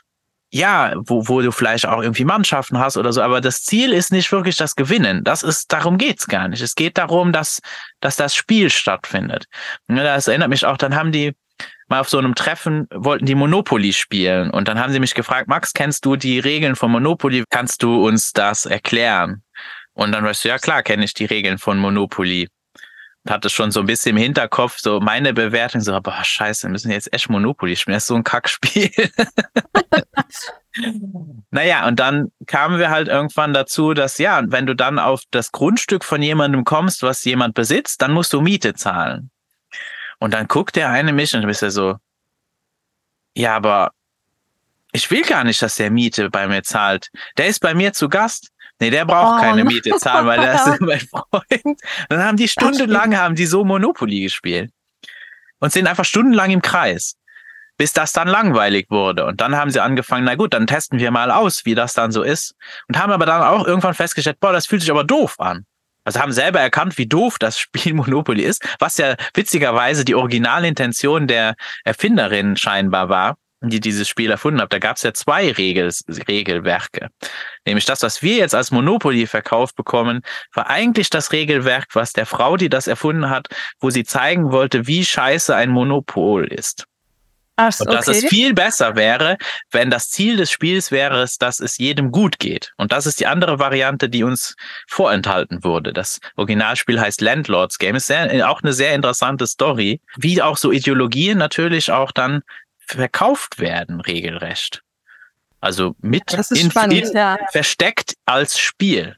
B: ja, wo, wo du vielleicht auch irgendwie Mannschaften hast oder so. Aber das Ziel ist nicht wirklich das Gewinnen. Das ist, darum geht's gar nicht. Es geht darum, dass, dass das Spiel stattfindet. Und das erinnert mich auch, dann haben die mal auf so einem Treffen, wollten die Monopoly spielen. Und dann haben sie mich gefragt, Max, kennst du die Regeln von Monopoly? Kannst du uns das erklären? Und dann weißt du, ja klar, kenne ich die Regeln von Monopoly. Und hatte schon so ein bisschen im Hinterkopf so meine Bewertung, so, boah, scheiße, wir müssen jetzt echt Monopoly spielen, das ist so ein Kackspiel. Naja, und dann kamen wir halt irgendwann dazu, dass ja, wenn du dann auf das Grundstück von jemandem kommst, was jemand besitzt, dann musst du Miete zahlen. Und dann guckt der eine mich und du bist ja so, ja, aber ich will gar nicht, dass der Miete bei mir zahlt. Der ist bei mir zu Gast. Nee, der braucht oh, keine Miete zahlen, weil der ist mein Freund. Dann haben die stundenlang, haben die so Monopoly gespielt. Und sind einfach stundenlang im Kreis. Bis das dann langweilig wurde. Und dann haben sie angefangen, na gut, dann testen wir mal aus, wie das dann so ist. Und haben aber dann auch irgendwann festgestellt, boah, das fühlt sich aber doof an. Also haben selber erkannt, wie doof das Spiel Monopoly ist, was ja witzigerweise die Originalintention der Erfinderin scheinbar war, die dieses Spiel erfunden hat. Da gab es ja zwei Regels, Regelwerke. Nämlich das, was wir jetzt als Monopoly verkauft bekommen, war eigentlich das Regelwerk, was der Frau, die das erfunden hat, wo sie zeigen wollte, wie scheiße ein Monopol ist. Ach, und dass okay. es viel besser wäre, wenn das Ziel des Spiels wäre, dass es jedem gut geht. Und das ist die andere Variante, die uns vorenthalten wurde. Das Originalspiel heißt Landlord's Game. Ist sehr, auch eine sehr interessante Story, wie auch so Ideologien natürlich auch dann verkauft werden, regelrecht. Also mit
C: das ist
B: in,
C: spannend,
B: in,
C: ja.
B: versteckt als Spiel.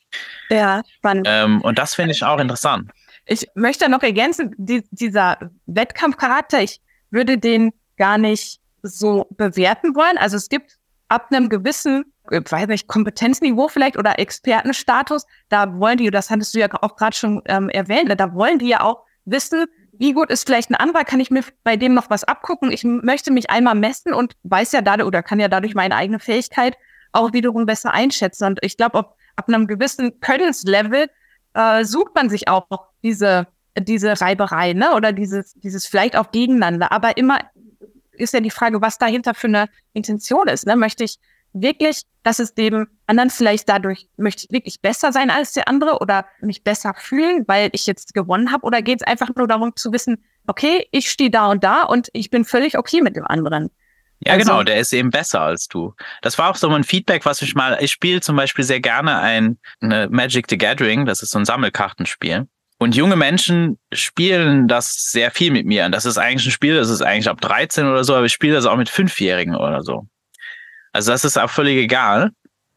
C: Ja, spannend.
B: Ähm, und das finde ich auch interessant.
C: Ich möchte noch ergänzen, die, dieser Wettkampfcharakter, ich würde den gar nicht so bewerten wollen. Also es gibt ab einem gewissen, weiß nicht, Kompetenzniveau vielleicht oder Expertenstatus, da wollen die, das hattest du ja auch gerade schon ähm, erwähnt, da wollen die ja auch wissen, wie gut ist vielleicht ein anderer, kann ich mir bei dem noch was abgucken? Ich möchte mich einmal messen und weiß ja dadurch oder kann ja dadurch meine eigene Fähigkeit auch wiederum besser einschätzen. Und ich glaube, ab einem gewissen Könnenslevel äh, sucht man sich auch diese diese Reiberei, ne? Oder dieses dieses vielleicht auch gegeneinander. Aber immer ist ja die Frage, was dahinter für eine Intention ist. Ne? Möchte ich wirklich, dass es dem anderen vielleicht dadurch, möchte ich wirklich besser sein als der andere oder mich besser fühlen, weil ich jetzt gewonnen habe? Oder geht es einfach nur darum zu wissen, okay, ich stehe da und da und ich bin völlig okay mit dem anderen?
B: Ja, also, genau, der ist eben besser als du. Das war auch so ein Feedback, was ich mal, ich spiele zum Beispiel sehr gerne ein eine Magic the Gathering, das ist so ein Sammelkartenspiel. Und junge Menschen spielen das sehr viel mit mir. Und das ist eigentlich ein Spiel, das ist eigentlich ab dreizehn oder so, aber ich spiele das auch mit Fünfjährigen oder so. Also das ist auch völlig egal.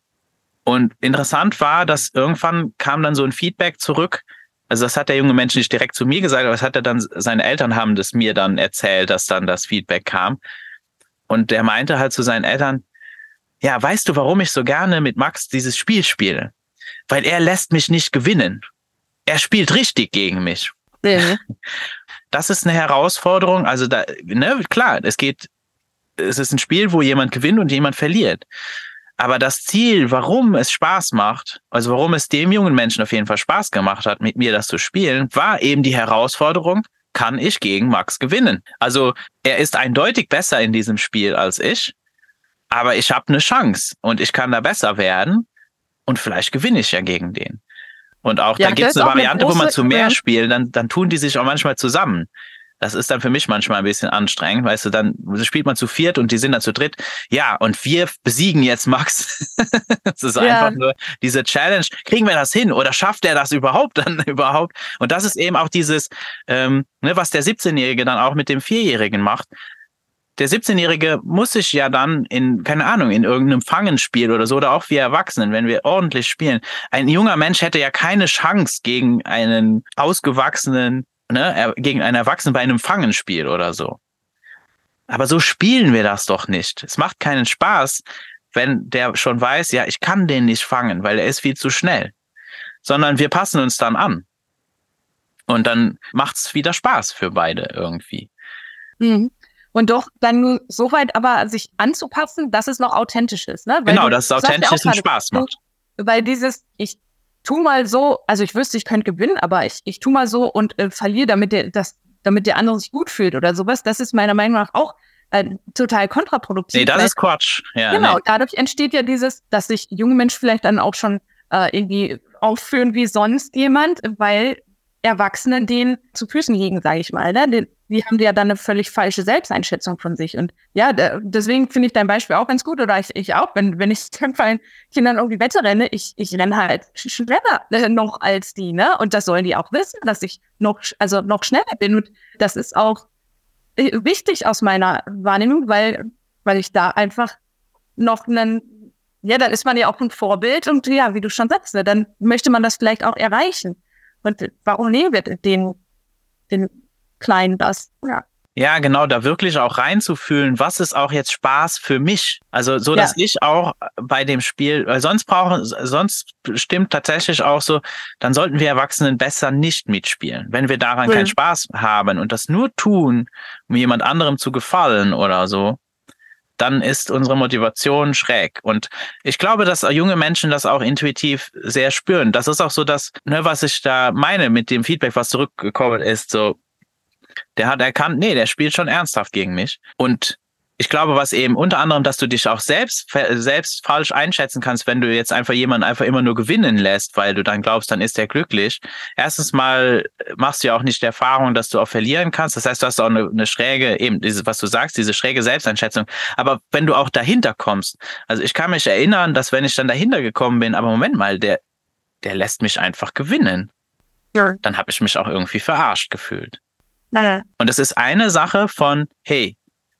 B: Und interessant war, dass irgendwann kam dann so ein Feedback zurück. Also das hat der junge Mensch nicht direkt zu mir gesagt, aber das hat er dann, seine Eltern haben das mir dann erzählt, dass dann das Feedback kam. Und der meinte halt zu seinen Eltern, ja, weißt du, warum ich so gerne mit Max dieses Spiel spiele? Weil er lässt mich nicht gewinnen. Er spielt richtig gegen mich. Ja. das ist eine Herausforderung. Also da, ne, klar, es geht, es ist ein Spiel, wo jemand gewinnt und jemand verliert. Aber das Ziel, warum es Spaß macht, also warum es dem jungen Menschen auf jeden Fall Spaß gemacht hat, mit mir das zu spielen, war eben die Herausforderung, kann ich gegen Max gewinnen? Also er ist eindeutig besser in diesem Spiel als ich, aber ich habe eine Chance und ich kann da besser werden und vielleicht gewinne ich ja gegen den. Und auch
C: Ja,
B: da gibt es
C: das ist
B: eine
C: auch eine
B: Variante, wo man
C: große-
B: zu mehr
C: ja.
B: spielt, dann, dann tun die sich auch manchmal zusammen. Das ist dann für mich manchmal ein bisschen anstrengend, weißt du, dann spielt man zu viert und die sind dann zu dritt. Ja, und wir besiegen jetzt Max. Das ist
C: Ja.
B: einfach nur diese Challenge. Kriegen wir das hin oder schafft er das überhaupt dann überhaupt? Und das ist eben auch dieses, ähm, ne, was der siebzehnjährige dann auch mit dem vierjährigen macht. Der siebzehnjährige muss sich ja dann in, keine Ahnung, in irgendeinem Fangenspiel oder so, oder auch wir Erwachsenen, wenn wir ordentlich spielen. Ein junger Mensch hätte ja keine Chance gegen einen ausgewachsenen, ne, gegen einen Erwachsenen bei einem Fangenspiel oder so. Aber so spielen wir das doch nicht. Es macht keinen Spaß, wenn der schon weiß, ja, ich kann den nicht fangen, weil er ist viel zu schnell. Sondern wir passen uns dann an. Und dann macht's wieder Spaß für beide irgendwie.
C: Mhm. Und doch dann nur so weit aber sich anzupassen, dass es noch authentisch ist. Ne? Weil
B: Genau,
C: du
B: dass es
C: sagst ja
B: authentisch
C: auch
B: ist und
C: gerade,
B: Spaß
C: du-
B: macht.
C: Weil dieses, ich tu mal so, also ich wüsste, ich könnte gewinnen, aber ich, ich tu mal so und äh, verliere, damit der, das, damit der andere sich gut fühlt oder sowas, das ist meiner Meinung nach auch äh, total kontraproduktiv.
B: Nee, das
C: weil-
B: ist Quatsch. Ja,
C: Genau,
B: nee.
C: dadurch entsteht ja dieses, dass sich junge Menschen vielleicht dann auch schon äh, irgendwie aufführen wie sonst jemand, weil Erwachsene denen zu Füßen liegen, sage ich mal. Ne? Die, die haben ja dann eine völlig falsche Selbsteinschätzung von sich. Und ja, da, deswegen finde ich dein Beispiel auch ganz gut. Oder ich, ich auch, wenn, wenn ich bei Kindern irgendwie Wette renne, ich, ich renne halt schneller äh, noch als die. Ne? Und das sollen die auch wissen, dass ich noch, also noch schneller bin. Und das ist auch äh, wichtig aus meiner Wahrnehmung, weil, weil ich da einfach noch einen, ja, dann ist man ja auch ein Vorbild und ja, wie du schon sagst, ne, dann möchte man das vielleicht auch erreichen. Und warum nehmen wir den, den Kleinen das? Ja.
B: Ja, genau, da wirklich auch reinzufühlen, was ist auch jetzt Spaß für mich? Also so, dass
C: Ja.
B: ich auch bei dem Spiel, weil sonst brauchen, sonst stimmt tatsächlich auch so, dann sollten wir Erwachsenen besser nicht mitspielen. Wenn wir daran
C: Mhm.
B: keinen Spaß haben und das nur tun, um jemand anderem zu gefallen oder so, dann ist unsere Motivation schräg. Und ich glaube, dass junge Menschen das auch intuitiv sehr spüren. Das ist auch so das, ne, was ich da meine mit dem Feedback, was zurückgekommen ist, so, der hat erkannt, nee, der spielt schon ernsthaft gegen mich. Und ich glaube, was eben unter anderem, dass du dich auch selbst selbst falsch einschätzen kannst, wenn du jetzt einfach jemanden einfach immer nur gewinnen lässt, weil du dann glaubst, dann ist er glücklich. Erstens mal machst du ja auch nicht die Erfahrung, dass du auch verlieren kannst. Das heißt, du hast auch eine, eine schräge, eben dieses, was du sagst, diese schräge Selbsteinschätzung. Aber wenn du auch dahinter kommst, also ich kann mich erinnern, dass wenn ich dann dahinter gekommen bin, aber Moment mal, der, der lässt mich einfach gewinnen.
C: Ja.
B: Dann habe ich mich auch irgendwie verarscht gefühlt.
C: Na,
B: Und es ist eine Sache von, hey,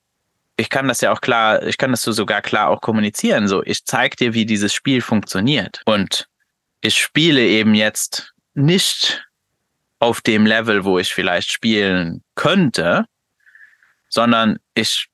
B: ich kann das ja auch klar, ich kann das so sogar klar auch kommunizieren. So, ich zeige dir, wie dieses Spiel funktioniert. Und ich spiele eben jetzt nicht auf dem Level, wo ich vielleicht spielen könnte, sondern ich,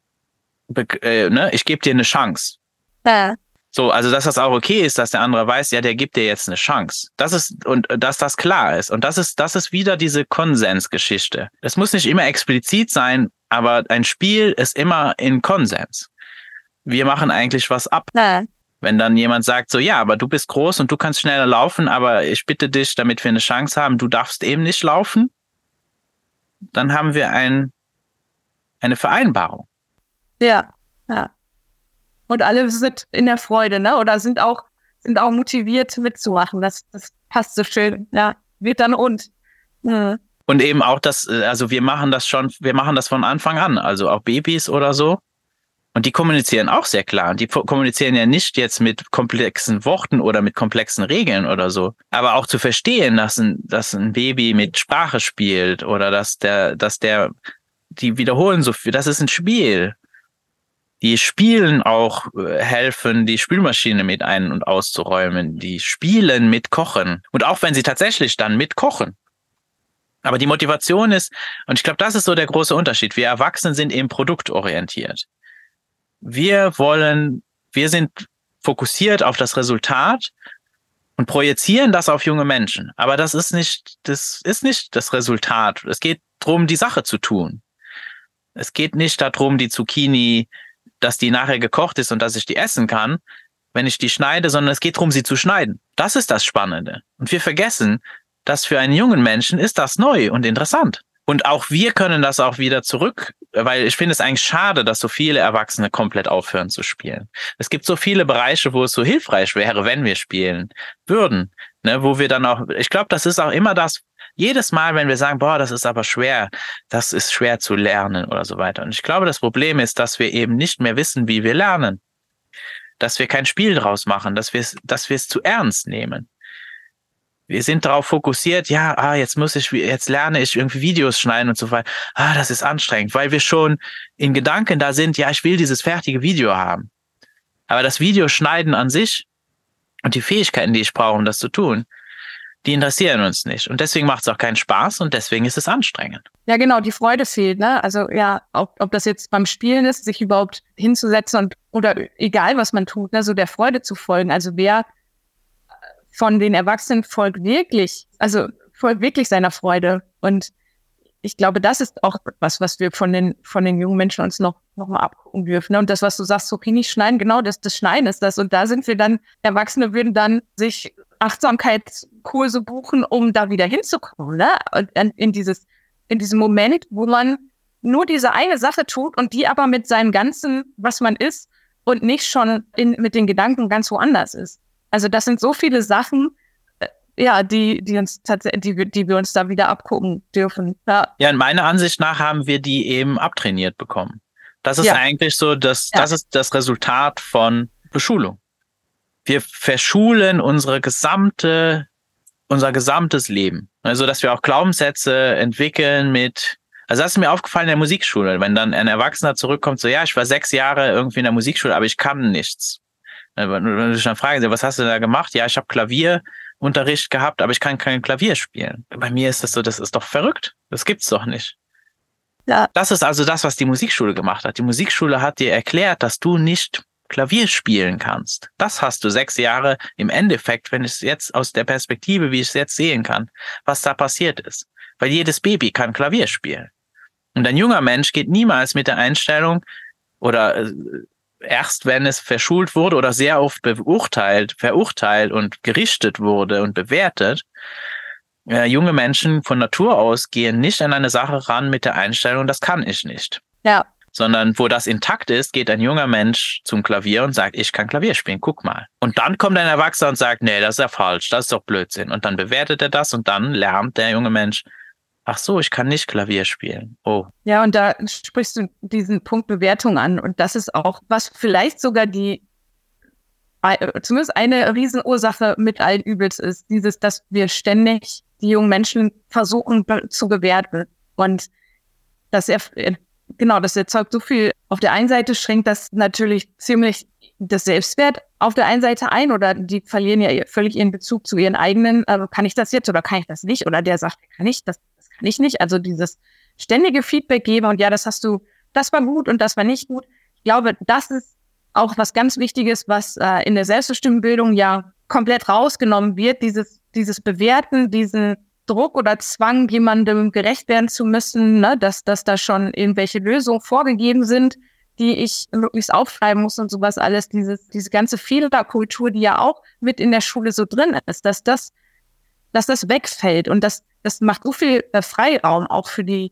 B: äh, ne, ich gebe dir eine Chance.
C: na,
B: So, also dass das auch okay ist, dass der andere weiß, ja, der gibt dir jetzt eine Chance. Das ist, und dass das klar ist. Und das ist, das ist wieder diese Konsensgeschichte. Es muss nicht immer explizit sein, aber ein Spiel ist immer in Konsens. Wir machen eigentlich was ab.
C: na.
B: Wenn dann jemand sagt so, ja, aber du bist groß und du kannst schneller laufen, aber ich bitte dich, damit wir eine Chance haben, du darfst eben nicht laufen, dann haben wir ein, eine Vereinbarung.
C: Ja, ja. Und alle sind in der Freude, ne? Oder sind auch, sind auch motiviert mitzumachen. Das, das passt so schön. Ja, wird dann und. Mhm.
B: Und eben auch das, also wir machen das schon, wir machen das von Anfang an, also auch Babys oder so. Und die kommunizieren auch sehr klar. Und die kommunizieren ja nicht jetzt mit komplexen Worten oder mit komplexen Regeln oder so. Aber auch zu verstehen, dass ein, dass ein Baby mit Sprache spielt oder dass der, dass der, die wiederholen so viel, das ist ein Spiel. Die spielen auch äh, helfen, die Spülmaschine mit ein- und auszuräumen. Die spielen mit Kochen. Und auch wenn sie tatsächlich dann mit kochen. Aber die Motivation ist, und ich glaube, das ist so der große Unterschied. Wir Erwachsenen sind eben produktorientiert. Wir wollen, wir sind fokussiert auf das Resultat und projizieren das auf junge Menschen. Aber das ist nicht, das ist nicht das Resultat. Es geht darum, die Sache zu tun. Es geht nicht darum, die Zucchini, dass die nachher gekocht ist und dass ich die essen kann, wenn ich die schneide, sondern es geht darum, sie zu schneiden. Das ist das Spannende. Und wir vergessen, dass für einen jungen Menschen ist das neu und interessant. Und auch wir können das auch wieder zurück, weil ich finde es eigentlich schade, dass so viele Erwachsene komplett aufhören zu spielen. Es gibt so viele Bereiche, wo es so hilfreich wäre, wenn wir spielen würden, ne, wo wir dann auch, ich glaube, das ist auch immer das, jedes Mal, wenn wir sagen, boah, das ist aber schwer, das ist schwer zu lernen oder so weiter. Und ich glaube, das Problem ist, dass wir eben nicht mehr wissen, wie wir lernen. Dass wir kein Spiel draus machen, dass wir es, dass wir es zu ernst nehmen. Wir sind darauf fokussiert, ja, ah, jetzt muss ich, jetzt lerne ich irgendwie Videos schneiden und so weiter. Ah, das ist anstrengend, weil wir schon in Gedanken da sind, ja, ich will dieses fertige Video haben. Aber das Videoschneiden an sich und die Fähigkeiten, die ich brauche, um das zu tun, die interessieren uns nicht. Und deswegen macht es auch keinen Spaß und deswegen ist es anstrengend.
C: Ja, genau, die Freude fehlt, ne? Also ja, ob, ob das jetzt beim Spielen ist, sich überhaupt hinzusetzen und oder egal, was man tut, ne, so der Freude zu folgen. Also wer von den Erwachsenen folgt wirklich, also folgt wirklich seiner Freude. Und ich glaube, das ist auch was, was wir von den von den jungen Menschen uns noch noch mal abgucken dürfen. Und das, was du sagst, Zucchini schneiden, genau, das das Schneiden ist das. Und da sind wir dann, Erwachsene würden dann sich Achtsamkeitskurse buchen, um da wieder hinzukommen, ne? Und in dieses in diesem Moment, wo man nur diese eine Sache tut und die aber mit seinem ganzen, was man ist, und nicht schon in, mit den Gedanken ganz woanders ist. Also das sind so viele Sachen, äh, ja, die, die uns tatsächlich, die, die wir uns da wieder abgucken dürfen. Ja,
B: ja, in meiner Ansicht nach haben wir die eben abtrainiert bekommen. Das ist ja eigentlich so, das, ja. das ist das Resultat von Beschulung. Wir verschulen unsere gesamte, unser gesamtes Leben. Also, dass wir auch Glaubenssätze entwickeln mit, also das ist mir aufgefallen in der Musikschule, wenn dann ein Erwachsener zurückkommt, so, ja, ich war sechs Jahre irgendwie in der Musikschule, aber ich kann nichts. Wenn ich dann frage, was hast du da gemacht? Ja, ich habe Klavierunterricht gehabt, aber ich kann kein Klavier spielen. Bei mir ist das so, das ist doch verrückt. Das gibt's doch nicht. Ja. Das ist also das, was die Musikschule gemacht hat. Die Musikschule hat dir erklärt, dass du nicht Klavier spielen kannst. Das hast du sechs Jahre im Endeffekt, wenn ich es jetzt aus der Perspektive, wie ich es jetzt sehen kann, was da passiert ist. Weil jedes Baby kann Klavier spielen. Und ein junger Mensch geht niemals mit der Einstellung oder äh, erst wenn es verschult wurde oder sehr oft beurteilt, verurteilt und gerichtet wurde und bewertet, äh, junge Menschen von Natur aus gehen nicht an eine Sache ran mit der Einstellung, das kann ich nicht.
C: Ja.
B: Sondern wo das intakt ist, geht ein junger Mensch zum Klavier und sagt, ich kann Klavier spielen, guck mal. Und dann kommt ein Erwachsener und sagt, nee, das ist ja falsch, das ist doch Blödsinn. Und dann bewertet er das und dann lernt der junge Mensch, ach so, ich kann nicht Klavier spielen. Oh.
C: Ja, und da sprichst du diesen Punkt Bewertung an. Und das ist auch, was vielleicht sogar die, zumindest eine Riesenursache mit allen Übels ist, dieses, dass wir ständig die jungen Menschen versuchen zu bewerten. Und das, genau, das erzeugt so viel. Auf der einen Seite schränkt das natürlich ziemlich das Selbstwert auf der einen Seite ein oder die verlieren ja völlig ihren Bezug zu ihren eigenen, äh, kann ich das jetzt oder kann ich das nicht? Oder der sagt, kann ich das, das kann ich nicht. Also dieses ständige Feedback geben und ja, das hast du, das war gut und das war nicht gut. Ich glaube, das ist auch was ganz Wichtiges, was äh, in der selbstbestimmten Bildung ja komplett rausgenommen wird, dieses, dieses Bewerten, diesen Druck oder Zwang, jemandem gerecht werden zu müssen, ne, dass, dass da schon irgendwelche Lösungen vorgegeben sind, die ich möglichst aufschreiben muss und sowas alles, dieses, diese ganze Fehlerkultur, die ja auch mit in der Schule so drin ist, dass das, dass das wegfällt und das, das macht so viel äh, Freiraum auch für die,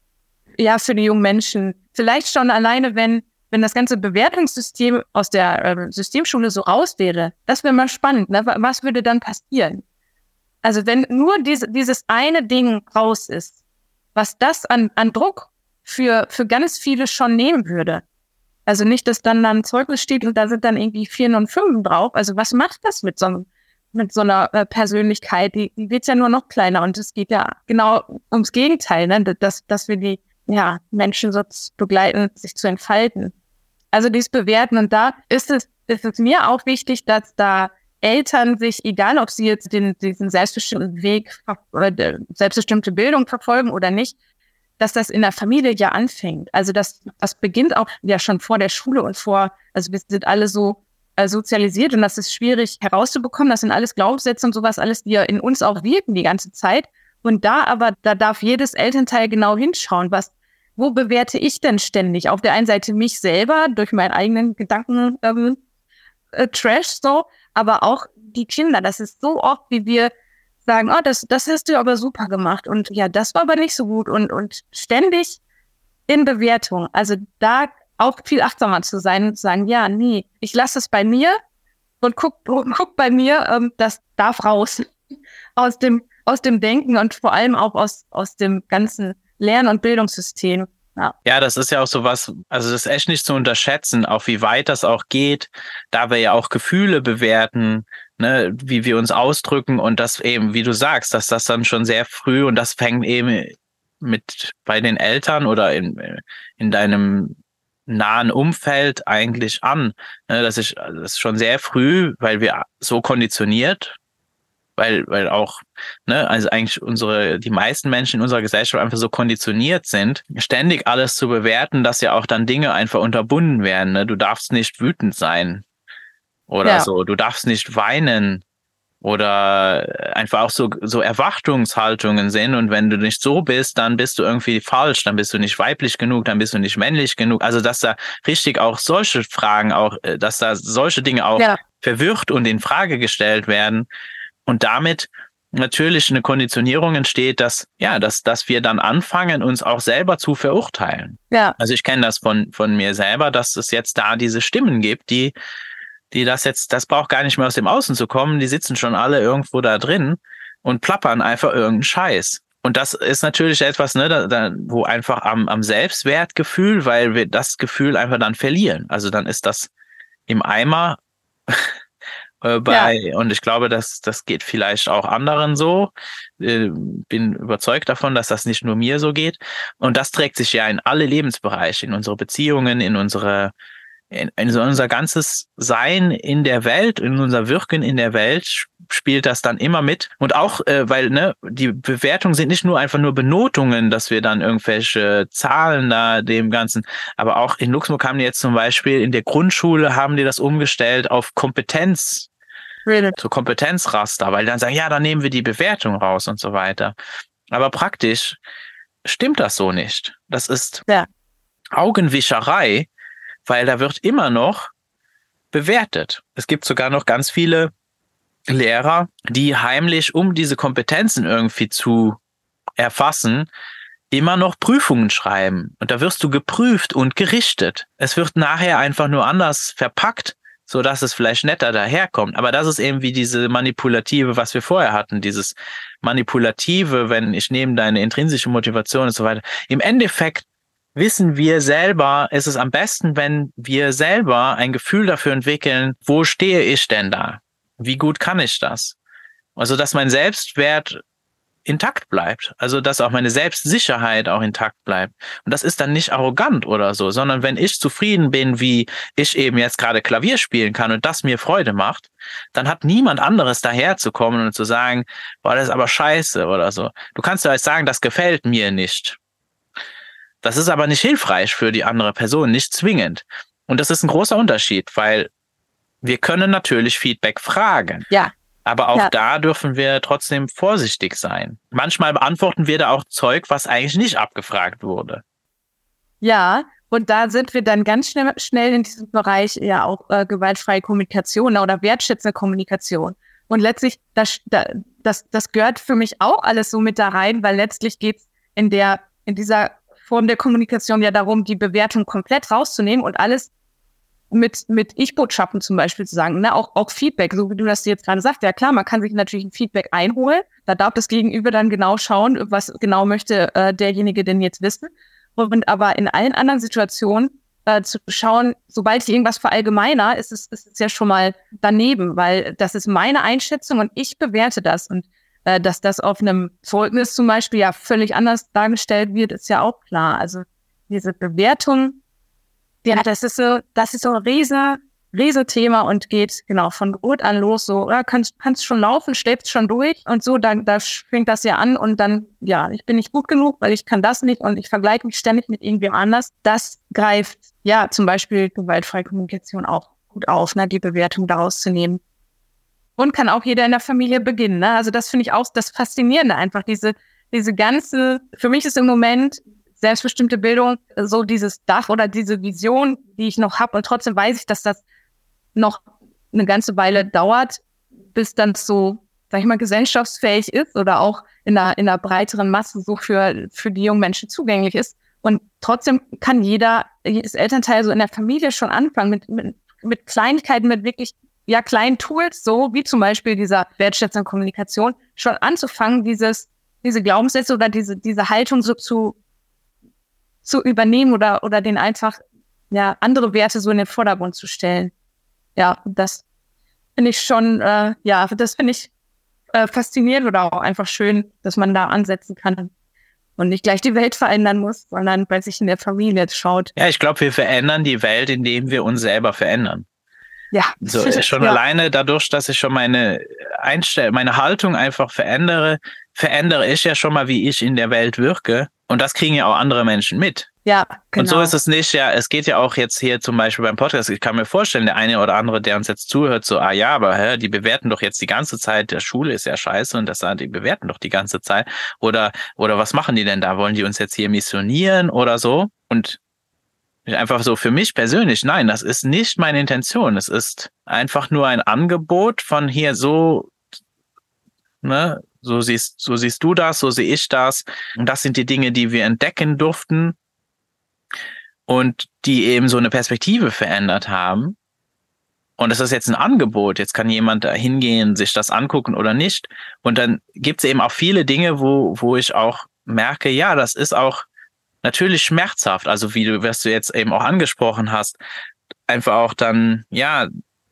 C: ja, für die jungen Menschen. Vielleicht schon alleine, wenn, wenn das ganze Bewertungssystem aus der äh, Systemschule so raus wäre, das wäre mal spannend, ne? Was würde dann passieren? Also wenn nur diese, dieses eine Ding raus ist, was das an, an Druck für, für ganz viele schon nehmen würde. Also nicht, dass dann dann ein Zeugnis steht und da sind dann irgendwie Vieren und Fünfen drauf. Also was macht das mit so, mit so einer äh, Persönlichkeit? Die, die wird ja nur noch kleiner und es geht ja genau ums Gegenteil, ne? dass, dass wir die ja, Menschen so begleiten, sich zu entfalten. Also dieses Bewerten und da ist es, ist es mir auch wichtig, dass da Eltern sich, egal ob sie jetzt den, diesen selbstbestimmten Weg oder selbstbestimmte Bildung verfolgen oder nicht, dass das in der Familie ja anfängt. Also das, das beginnt auch ja schon vor der Schule und vor, also wir sind alle so äh, sozialisiert und das ist schwierig herauszubekommen. Das sind alles Glaubenssätze und sowas, alles, die ja in uns auch wirken die ganze Zeit. Und da aber, da darf jedes Elternteil genau hinschauen, was, wo bewerte ich denn ständig? Auf der einen Seite mich selber durch meinen eigenen Gedanken, ähm, äh, Trash, so, aber auch die Kinder. Das ist so oft, wie wir sagen, oh, das, das hast du aber super gemacht und ja, das war aber nicht so gut und, und ständig in Bewertung. Also da auch viel achtsamer zu sein und zu sagen, ja, nee, ich lasse es bei mir und guck, guck bei mir, ähm, das darf raus aus dem, aus dem Denken und vor allem auch aus, aus dem ganzen Lern- und Bildungssystem. Ja.
B: Ja, das ist ja auch so was, also das ist echt nicht zu unterschätzen, auch wie weit das auch geht, da wir ja auch Gefühle bewerten, ne, wie wir uns ausdrücken und das eben, wie du sagst, dass das dann schon sehr früh und das fängt eben mit bei den Eltern oder in, in deinem nahen Umfeld eigentlich an, ne, das ist, das ist schon sehr früh, weil wir so konditioniert, weil, weil auch, ne, also eigentlich unsere, die meisten Menschen in unserer Gesellschaft einfach so konditioniert sind, ständig alles zu bewerten, dass ja auch dann Dinge einfach unterbunden werden, ne, du darfst nicht wütend sein oder ja. so, du darfst nicht weinen oder einfach auch so, so Erwartungshaltungen sind und wenn du nicht so bist, dann bist du irgendwie falsch, dann bist du nicht weiblich genug, dann bist du nicht männlich genug, also dass da richtig auch solche Fragen auch, dass da solche Dinge auch ja. verwirrt und in Frage gestellt werden. Und damit natürlich eine Konditionierung entsteht, dass, ja, dass, dass wir dann anfangen, uns auch selber zu verurteilen. Ja. Also ich kenne das von, von mir selber, dass es jetzt da diese Stimmen gibt, die, die das jetzt, das braucht gar nicht mehr aus dem Außen zu kommen, die sitzen schon alle irgendwo da drin und plappern einfach irgendeinen Scheiß. Und das ist natürlich etwas, ne, da, da, wo einfach am, am Selbstwertgefühl, weil wir das Gefühl einfach dann verlieren. Also dann ist das im Eimer. Bei, ja. Und ich glaube, dass das geht vielleicht auch anderen so. Äh, bin überzeugt davon, dass das nicht nur mir so geht. Und das trägt sich ja in alle Lebensbereiche, in unsere Beziehungen, in unsere, in, in so unser ganzes Sein in der Welt, in unser Wirken in der Welt spielt das dann immer mit. Und auch, äh, weil ne, die Bewertungen sind nicht nur einfach nur Benotungen, dass wir dann irgendwelche Zahlen da dem Ganzen, aber auch in Luxemburg haben die jetzt zum Beispiel in der Grundschule haben die das umgestellt auf Kompetenz, really? So Kompetenzraster, weil dann sagen, ja, dann nehmen wir die Bewertung raus und so weiter. Aber praktisch stimmt das so nicht. Das ist ja. Augenwischerei, weil da wird immer noch bewertet. Es gibt sogar noch ganz viele Lehrer, die heimlich, um diese Kompetenzen irgendwie zu erfassen, immer noch Prüfungen schreiben. Und da wirst du geprüft und gerichtet. Es wird nachher einfach nur anders verpackt, so dass es vielleicht netter daherkommt. Aber das ist eben wie diese manipulative, was wir vorher hatten, dieses manipulative, wenn ich nehme deine intrinsische Motivation und so weiter. Im Endeffekt wissen wir selber, ist es am besten, wenn wir selber ein Gefühl dafür entwickeln, wo stehe ich denn da? Wie gut kann ich das? Also, dass mein Selbstwert intakt bleibt. Also, dass auch meine Selbstsicherheit auch intakt bleibt. Und das ist dann nicht arrogant oder so, sondern wenn ich zufrieden bin, wie ich eben jetzt gerade Klavier spielen kann und das mir Freude macht, dann hat niemand anderes daherzukommen und zu sagen, boah, das ist aber scheiße oder so. Du kannst ja sagen, das gefällt mir nicht. Das ist aber nicht hilfreich für die andere Person, nicht zwingend. Und das ist ein großer Unterschied, weil wir können natürlich Feedback fragen. Ja. Aber auch ja. da dürfen wir trotzdem vorsichtig sein. Manchmal beantworten wir da auch Zeug, was eigentlich nicht abgefragt wurde.
C: Ja, und da sind wir dann ganz schnell, schnell in diesem Bereich ja auch äh, gewaltfreie Kommunikation oder wertschätzende Kommunikation. Und letztlich, das, das, das gehört für mich auch alles so mit da rein, weil letztlich geht es in der, in dieser Form der Kommunikation ja darum, die Bewertung komplett rauszunehmen und alles mit mit Ich-Botschaften zum Beispiel zu sagen, ne, auch auch Feedback, so wie du das jetzt gerade sagst. Ja klar, man kann sich natürlich ein Feedback einholen. Da darf das Gegenüber dann genau schauen, was genau möchte äh, derjenige denn jetzt wissen. Und aber in allen anderen Situationen äh, zu schauen, sobald ich irgendwas verallgemeiner, ist es ist es ja schon mal daneben, weil das ist meine Einschätzung und ich bewerte das. Und äh, dass das auf einem Zeugnis zum Beispiel ja völlig anders dargestellt wird, ist ja auch klar. Also diese Bewertung, ja, das ist so, das ist so ein riesen, riesen Thema und geht genau von Geburt an los. So, ja, kannst, kannst schon laufen, schläfst schon durch und so, dann, da fängt das ja an und dann, ja, ich bin nicht gut genug, weil ich kann das nicht und ich vergleiche mich ständig mit irgendwem anders. Das greift, ja, zum Beispiel gewaltfreie Kommunikation auch gut auf, ne, die Bewertung daraus zu nehmen. Und kann auch jeder in der Familie beginnen, ne? Also das finde ich auch das Faszinierende einfach, diese, diese ganze, für mich ist im Moment selbstbestimmte Bildung so dieses Dach oder diese Vision, die ich noch habe. Und trotzdem weiß ich, dass das noch eine ganze Weile dauert, bis dann so, sag ich mal, gesellschaftsfähig ist oder auch in einer, in einer breiteren Masse so für, für die jungen Menschen zugänglich ist. Und trotzdem kann jeder, jedes Elternteil so in der Familie schon anfangen mit, mit, mit Kleinigkeiten, mit wirklich, ja, kleinen Tools, so wie zum Beispiel dieser wertschätzenden Kommunikation, schon anzufangen, dieses, diese Glaubenssätze oder diese, diese Haltung so zu, zu übernehmen oder, oder den einfach, ja, andere Werte so in den Vordergrund zu stellen. Ja, das finde ich schon, äh, ja, das finde ich äh, faszinierend oder auch einfach schön, dass man da ansetzen kann und nicht gleich die Welt verändern muss, sondern bei sich in der Familie jetzt schaut.
B: Ja, ich glaube, wir verändern die Welt, indem wir uns selber verändern.
C: Ja.
B: So, schon ja. Alleine dadurch, dass ich schon meine Einstellung, meine Haltung einfach verändere, verändere ich ja schon mal, wie ich in der Welt wirke. Und das kriegen ja auch andere Menschen mit.
C: Ja, genau.
B: Und so ist es nicht, ja, es geht ja auch jetzt hier zum Beispiel beim Podcast, ich kann mir vorstellen, der eine oder andere, der uns jetzt zuhört, so, ah ja, aber hä, die bewerten doch jetzt die ganze Zeit, der Schule ist ja scheiße und das, die bewerten doch die ganze Zeit. Oder, oder was machen die denn da? Wollen die uns jetzt hier missionieren oder so? Und einfach so für mich persönlich, nein, das ist nicht meine Intention. Es ist einfach nur ein Angebot von hier so, ne, so siehst, so siehst du das, so sehe ich das. Und das sind die Dinge, die wir entdecken durften und die eben so eine Perspektive verändert haben. Und das ist jetzt ein Angebot. Jetzt kann jemand da hingehen, sich das angucken oder nicht. Und dann gibt es eben auch viele Dinge, wo, wo ich auch merke, ja, das ist auch natürlich schmerzhaft, also wie du, was du jetzt eben auch angesprochen hast, einfach auch dann, ja,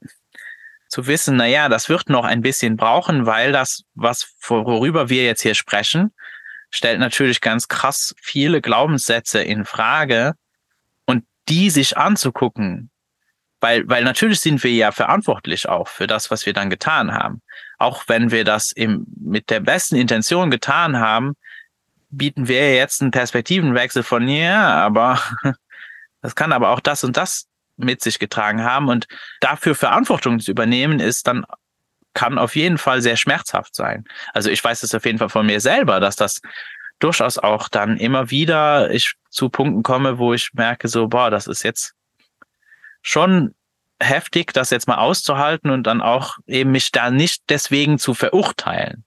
B: zu wissen, na ja, das wird noch ein bisschen brauchen, weil das, was, worüber wir jetzt hier sprechen, stellt natürlich ganz krass viele Glaubenssätze in Frage und die sich anzugucken, weil, weil natürlich sind wir ja verantwortlich auch für das, was wir dann getan haben. Auch wenn wir das im, mit der besten Intention getan haben, bieten wir jetzt einen Perspektivenwechsel von, ja, aber das kann aber auch das und das mit sich getragen haben und dafür Verantwortung zu übernehmen ist dann, kann auf jeden Fall sehr schmerzhaft sein. Also ich weiß es auf jeden Fall von mir selber, dass das durchaus auch dann immer wieder ich zu Punkten komme, wo ich merke so, boah, das ist jetzt schon heftig, das jetzt mal auszuhalten und dann auch eben mich da nicht deswegen zu verurteilen.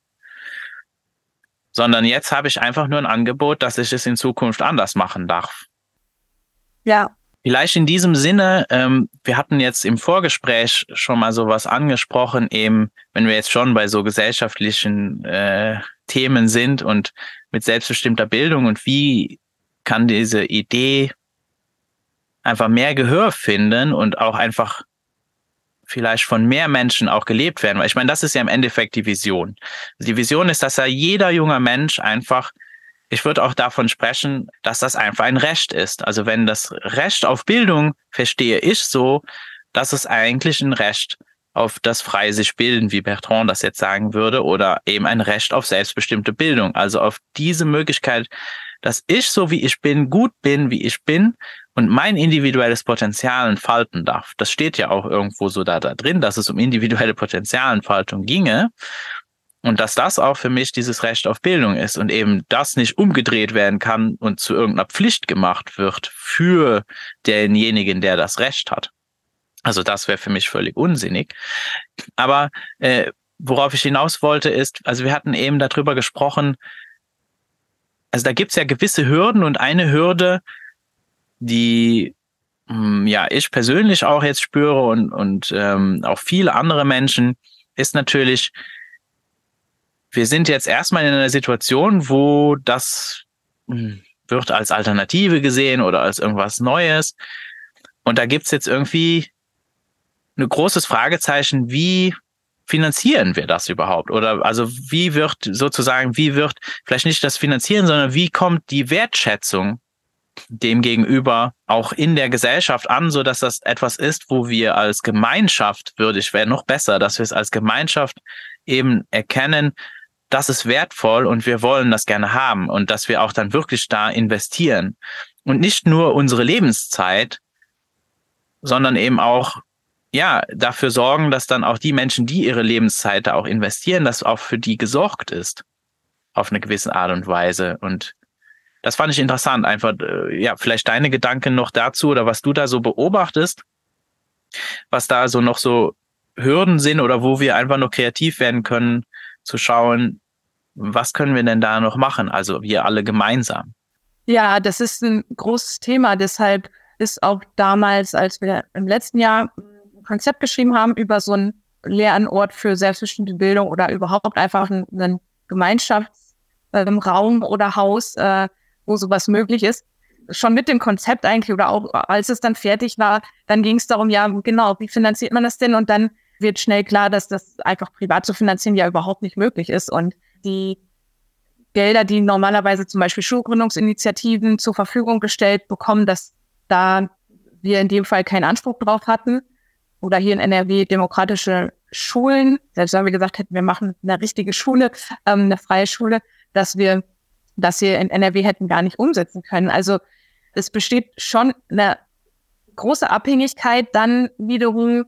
B: Sondern jetzt habe ich einfach nur ein Angebot, dass ich es in Zukunft anders machen darf.
C: Ja.
B: Vielleicht in diesem Sinne, ähm, wir hatten jetzt im Vorgespräch schon mal sowas angesprochen, eben wenn wir jetzt schon bei so gesellschaftlichen äh, Themen sind und mit selbstbestimmter Bildung und wie kann diese Idee einfach mehr Gehör finden und auch einfach vielleicht von mehr Menschen auch gelebt werden. Weil ich meine, das ist ja im Endeffekt die Vision. Die Vision ist, dass ja jeder junge Mensch einfach, ich würde auch davon sprechen, dass das einfach ein Recht ist. Also wenn das Recht auf Bildung verstehe ich so, dass es eigentlich ein Recht auf das freie sich bilden, wie Bertrand das jetzt sagen würde, oder eben ein Recht auf selbstbestimmte Bildung. Also auf diese Möglichkeit, dass ich so wie ich bin, gut bin, wie ich bin und mein individuelles Potenzial entfalten darf. Das steht ja auch irgendwo so da, da drin, dass es um individuelle Potenzialentfaltung ginge und dass das auch für mich dieses Recht auf Bildung ist und eben das nicht umgedreht werden kann und zu irgendeiner Pflicht gemacht wird für denjenigen, der das Recht hat. Also das wäre für mich völlig unsinnig. Aber äh, worauf ich hinaus wollte ist, also wir hatten eben darüber gesprochen, also da gibt's ja gewisse Hürden und eine Hürde, die ja ich persönlich auch jetzt spüre und und ähm, auch viele andere Menschen, ist natürlich, wir sind jetzt erstmal in einer Situation, wo das mh, wird als Alternative gesehen oder als irgendwas Neues. Und da gibt's jetzt irgendwie ein großes Fragezeichen, wie finanzieren wir das überhaupt? Oder also wie wird sozusagen, wie wird vielleicht nicht das Finanzieren, sondern wie kommt die Wertschätzung dem gegenüber auch in der Gesellschaft an, so dass das etwas ist, wo wir als Gemeinschaft, würde ich, wäre noch besser, dass wir es als Gemeinschaft eben erkennen, das ist wertvoll und wir wollen das gerne haben und dass wir auch dann wirklich da investieren und nicht nur unsere Lebenszeit, sondern eben auch ja dafür sorgen, dass dann auch die Menschen, die ihre Lebenszeit da auch investieren, dass auch für die gesorgt ist. auf eine gewisse Art und Weise. Und das fand ich interessant. Einfach, ja, vielleicht deine Gedanken noch dazu oder was du da so beobachtest, was da so noch so Hürden sind oder wo wir einfach noch kreativ werden können, zu schauen, was können wir denn da noch machen? Also wir alle gemeinsam.
C: Ja, das ist ein großes Thema. Deshalb ist auch damals, als wir im letzten Jahr ein Konzept geschrieben haben über so einen Lernort für selbstbestimmte Bildung oder überhaupt einfach einen, einen Gemeinschaftsraum äh, oder Haus, äh, wo sowas möglich ist, schon mit dem Konzept eigentlich oder auch als es dann fertig war, dann ging es darum, ja genau, wie finanziert man das denn? Und dann wird schnell klar, dass das einfach privat zu finanzieren ja überhaupt nicht möglich ist. Und die Gelder, die normalerweise zum Beispiel Schulgründungsinitiativen zur Verfügung gestellt bekommen, dass da wir in dem Fall keinen Anspruch drauf hatten. Oder hier in N R W demokratische Schulen, selbst wenn wir gesagt hätten, wir machen eine richtige Schule, ähm, eine freie Schule, dass wir das hier in N R W hätten gar nicht umsetzen können. Also es besteht schon eine große Abhängigkeit, dann wiederum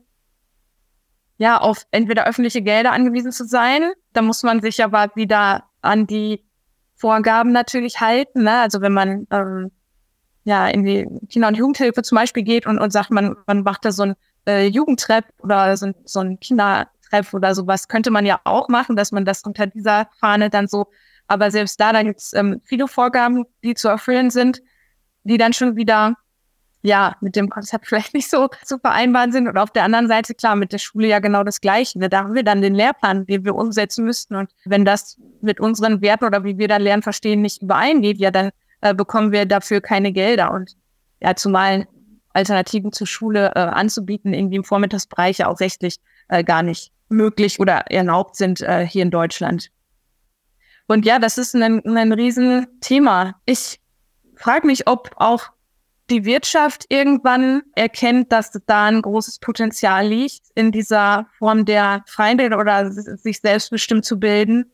C: ja auf entweder öffentliche Gelder angewiesen zu sein. Da muss man sich aber wieder an die Vorgaben natürlich halten. Ne? Also wenn man ähm, ja in die Kinder- und Jugendhilfe zum Beispiel geht und, und sagt, man, man macht da so ein äh, Jugendtreff oder so, so ein Kindertreff oder sowas, könnte man ja auch machen, dass man das unter dieser Fahne dann so, aber selbst da, da gibt es ähm, viele Vorgaben, die zu erfüllen sind, die dann schon wieder ja mit dem Konzept vielleicht nicht so zu vereinbaren sind. Und auf der anderen Seite, klar, mit der Schule ja genau das Gleiche. Da haben wir dann den Lehrplan, den wir umsetzen müssten. Und wenn das mit unseren Werten oder wie wir dann Lernen verstehen nicht übereingeht, ja, dann äh, bekommen wir dafür keine Gelder. Und ja, zumal Alternativen zur Schule äh, anzubieten, irgendwie im Vormittagsbereich ja auch rechtlich äh, gar nicht möglich oder erlaubt sind äh, hier in Deutschland. Und ja, das ist ein, ein Riesenthema. Ich frage mich, ob auch die Wirtschaft irgendwann erkennt, dass da ein großes Potenzial liegt, in dieser Form der Freien oder sich selbstbestimmt zu bilden,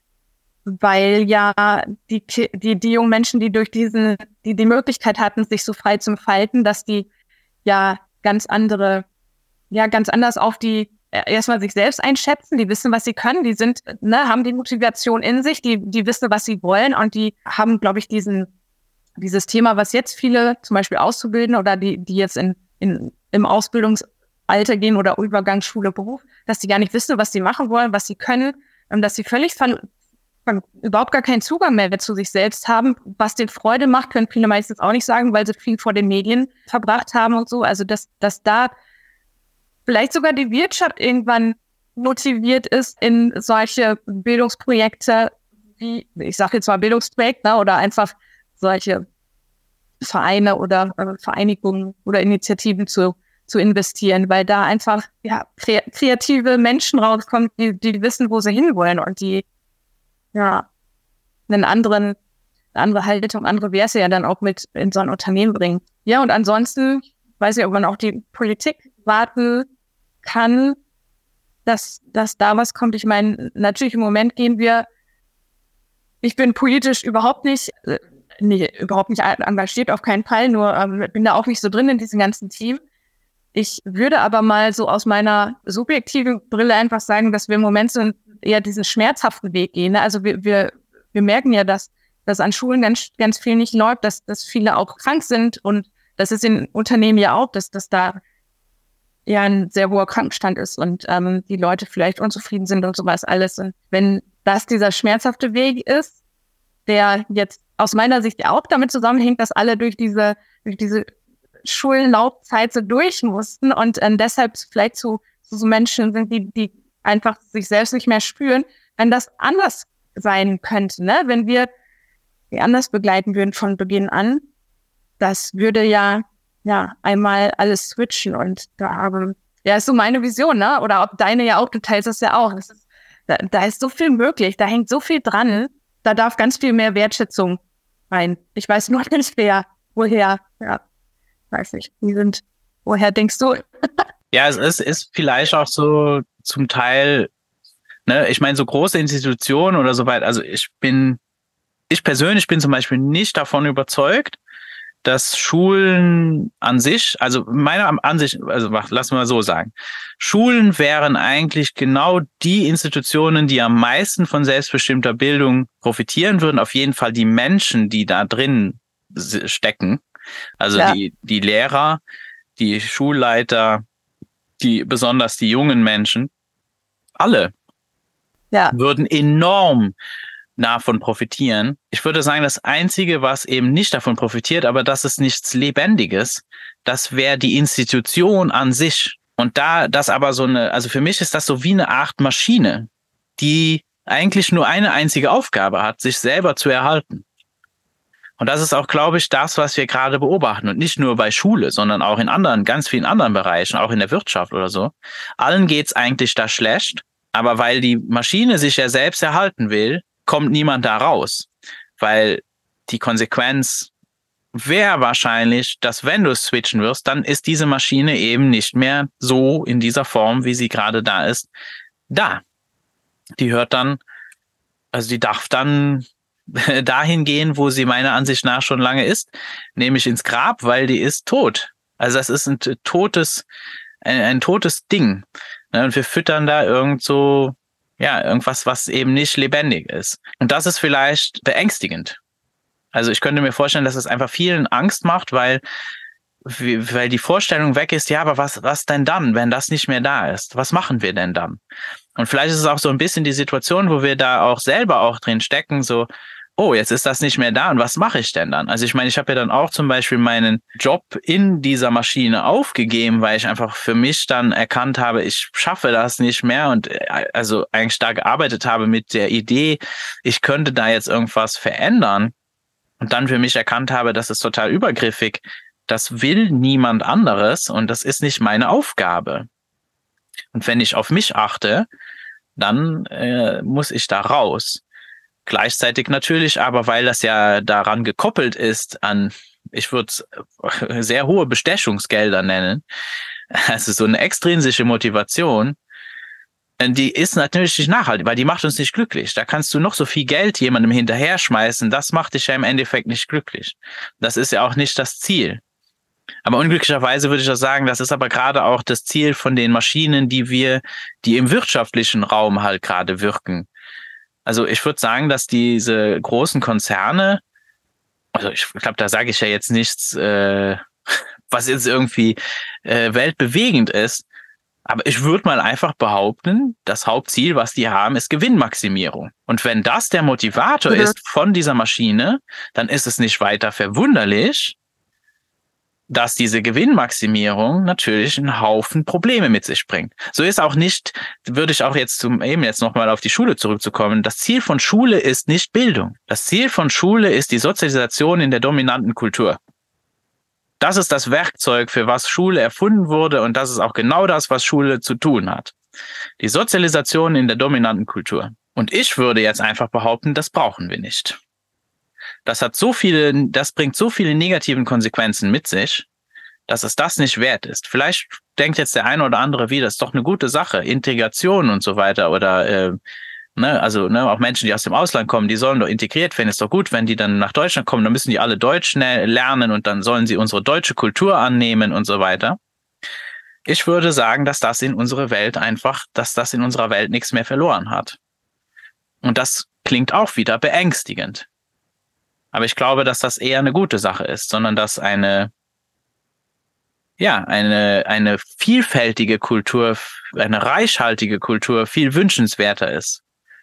C: weil ja die, die, die jungen Menschen, die durch diesen, die die Möglichkeit hatten, sich so frei zu entfalten, dass die ja ganz andere, ja ganz anders auf die erstmal sich selbst einschätzen, die wissen, was sie können, die sind, ne, haben die Motivation in sich, die, die wissen, was sie wollen und die haben, glaube ich, diesen dieses Thema, was jetzt viele zum Beispiel Auszubildende oder die, die jetzt in, in, im Ausbildungsalter gehen oder Übergangsschule, Beruf, dass die gar nicht wissen, was sie machen wollen, was sie können, dass sie völlig von, von überhaupt gar keinen Zugang mehr zu sich selbst haben. Was denen Freude macht, können viele meistens auch nicht sagen, weil sie viel vor den Medien verbracht haben und so. Also, dass, dass da vielleicht sogar die Wirtschaft irgendwann motiviert ist, in solche Bildungsprojekte wie, ich sage jetzt mal Bildungsprojekt, ne, oder einfach solche Vereine oder äh, Vereinigungen oder Initiativen zu, zu investieren, weil da einfach ja kre- kreative Menschen rauskommen, die, die wissen, wo sie hinwollen und die ja einen anderen, eine andere Haltung, andere Werte ja dann auch mit in so ein Unternehmen bringen. Ja, und ansonsten weiß ich, ob man auch die Politik warten kann, dass, dass da was kommt. Ich meine, natürlich im Moment gehen wir, ich bin politisch überhaupt nicht Nee, überhaupt nicht engagiert, auf keinen Fall, nur ähm, bin da auch nicht so drin in diesem ganzen Team. Ich würde aber mal so aus meiner subjektiven Brille einfach sagen, dass wir im Moment so eher diesen schmerzhaften Weg gehen. Ne? Also wir, wir, wir merken ja, dass, dass an Schulen ganz, ganz viel nicht läuft, dass, dass viele auch krank sind und das ist in Unternehmen ja auch, dass, dass da ja ein sehr hoher Krankenstand ist und ähm, die Leute vielleicht unzufrieden sind und sowas alles. Und wenn das dieser schmerzhafte Weg ist, der jetzt aus meiner Sicht auch damit zusammenhängt, dass alle durch diese durch diese Schullaufzeit so durch mussten und äh, deshalb vielleicht zu, zu so Menschen sind, die die einfach sich selbst nicht mehr spüren, wenn das anders sein könnte, ne? Wenn wir die anders begleiten würden von Beginn an, das würde ja ja einmal alles switchen und da haben ja ist so meine Vision, ne? Oder ob deine ja auch, du teilst das ja auch. Das ist, da, da ist so viel möglich, da hängt so viel dran. Da darf ganz viel mehr Wertschätzung rein. Ich weiß nur nicht wer, woher, ja, weiß nicht, wie sind, woher denkst du?
B: Ja, es ist, ist vielleicht auch so zum Teil, ne, ich meine, so große Institutionen oder so weit, also ich bin, ich persönlich bin zum Beispiel nicht davon überzeugt, dass Schulen an sich, also meiner Ansicht, also lass mal so sagen, Schulen wären eigentlich genau die Institutionen, die am meisten von selbstbestimmter Bildung profitieren würden. Auf jeden Fall die Menschen, die da drin stecken. Also ja. die, die Lehrer, die Schulleiter, die, besonders die jungen Menschen, alle ja. würden enorm davon profitieren. Ich würde sagen, das Einzige, was eben nicht davon profitiert, aber das ist nichts Lebendiges, das wäre die Institution an sich. Und da das aber so eine, also für mich ist das so wie eine Art Maschine, die eigentlich nur eine einzige Aufgabe hat, sich selber zu erhalten. Und das ist auch, glaube ich, das, was wir gerade beobachten. Und nicht nur bei Schule, sondern auch in anderen, ganz vielen anderen Bereichen, auch in der Wirtschaft oder so. Allen geht's eigentlich da schlecht. Aber weil die Maschine sich ja selbst erhalten will, kommt niemand da raus. Weil die Konsequenz wäre wahrscheinlich, dass wenn du switchen wirst, dann ist diese Maschine eben nicht mehr so in dieser Form, wie sie gerade da ist, da. Die hört dann, also die darf dann dahin gehen, wo sie meiner Ansicht nach schon lange ist, nämlich ins Grab, weil die ist tot. Also das ist ein totes, ein, ein totes Ding. Und wir füttern da irgend so, ja, irgendwas, was eben nicht lebendig ist. Und das ist vielleicht beängstigend. Also ich könnte mir vorstellen, dass es einfach vielen Angst macht, weil, weil die Vorstellung weg ist, ja, aber was, was denn dann, wenn das nicht mehr da ist? Was machen wir denn dann? Und vielleicht ist es auch so ein bisschen die Situation, wo wir da auch selber auch drin stecken, so, oh, jetzt ist das nicht mehr da und was mache ich denn dann? Also ich meine, ich habe ja dann auch zum Beispiel meinen Job in dieser Maschine aufgegeben, weil ich einfach für mich dann erkannt habe, ich schaffe das nicht mehr und also eigentlich da gearbeitet habe mit der Idee, ich könnte da jetzt irgendwas verändern und dann für mich erkannt habe, das ist total übergriffig, das will niemand anderes und das ist nicht meine Aufgabe. Und wenn ich auf mich achte, dann äh, muss ich da raus. Gleichzeitig natürlich, aber weil das ja daran gekoppelt ist an, ich würde es sehr hohe Bestechungsgelder nennen, also so eine extrinsische Motivation, die ist natürlich nicht nachhaltig, weil die macht uns nicht glücklich. Da kannst du noch so viel Geld jemandem hinterher schmeißen, das macht dich ja im Endeffekt nicht glücklich. Das ist ja auch nicht das Ziel. Aber unglücklicherweise würde ich auch sagen, das ist aber gerade auch das Ziel von den Maschinen, die wir, die im wirtschaftlichen Raum halt gerade wirken. Also ich würde sagen, dass diese großen Konzerne, also ich glaube, da sage ich ja jetzt nichts, äh, was jetzt irgendwie äh, weltbewegend ist, aber ich würde mal einfach behaupten, das Hauptziel, was die haben, ist Gewinnmaximierung. Und wenn das der Motivator mhm. ist von dieser Maschine, dann ist es nicht weiter verwunderlich, dass diese Gewinnmaximierung natürlich einen Haufen Probleme mit sich bringt. So ist auch nicht, würde ich auch jetzt zum eben jetzt nochmal auf die Schule zurückzukommen, das Ziel von Schule ist nicht Bildung. Das Ziel von Schule ist die Sozialisation in der dominanten Kultur. Das ist das Werkzeug, für was Schule erfunden wurde und das ist auch genau das, was Schule zu tun hat. Die Sozialisation in der dominanten Kultur. Und ich würde jetzt einfach behaupten, das brauchen wir nicht. Das hat so viele, das bringt so viele negativen Konsequenzen mit sich, dass es das nicht wert ist. Vielleicht denkt jetzt der eine oder andere wieder, das ist doch eine gute Sache, Integration und so weiter oder äh, ne, also ne, auch Menschen, die aus dem Ausland kommen, die sollen doch integriert werden. Ist doch gut, wenn die dann nach Deutschland kommen, dann müssen die alle Deutsch lernen und dann sollen sie unsere deutsche Kultur annehmen und so weiter. Ich würde sagen, dass das in unserer Welt einfach, dass das in unserer Welt nichts mehr verloren hat. Und das klingt auch wieder beängstigend. Aber ich glaube, dass das eher eine gute Sache ist, sondern dass eine, ja, eine, eine vielfältige Kultur, eine reichhaltige Kultur viel wünschenswerter ist.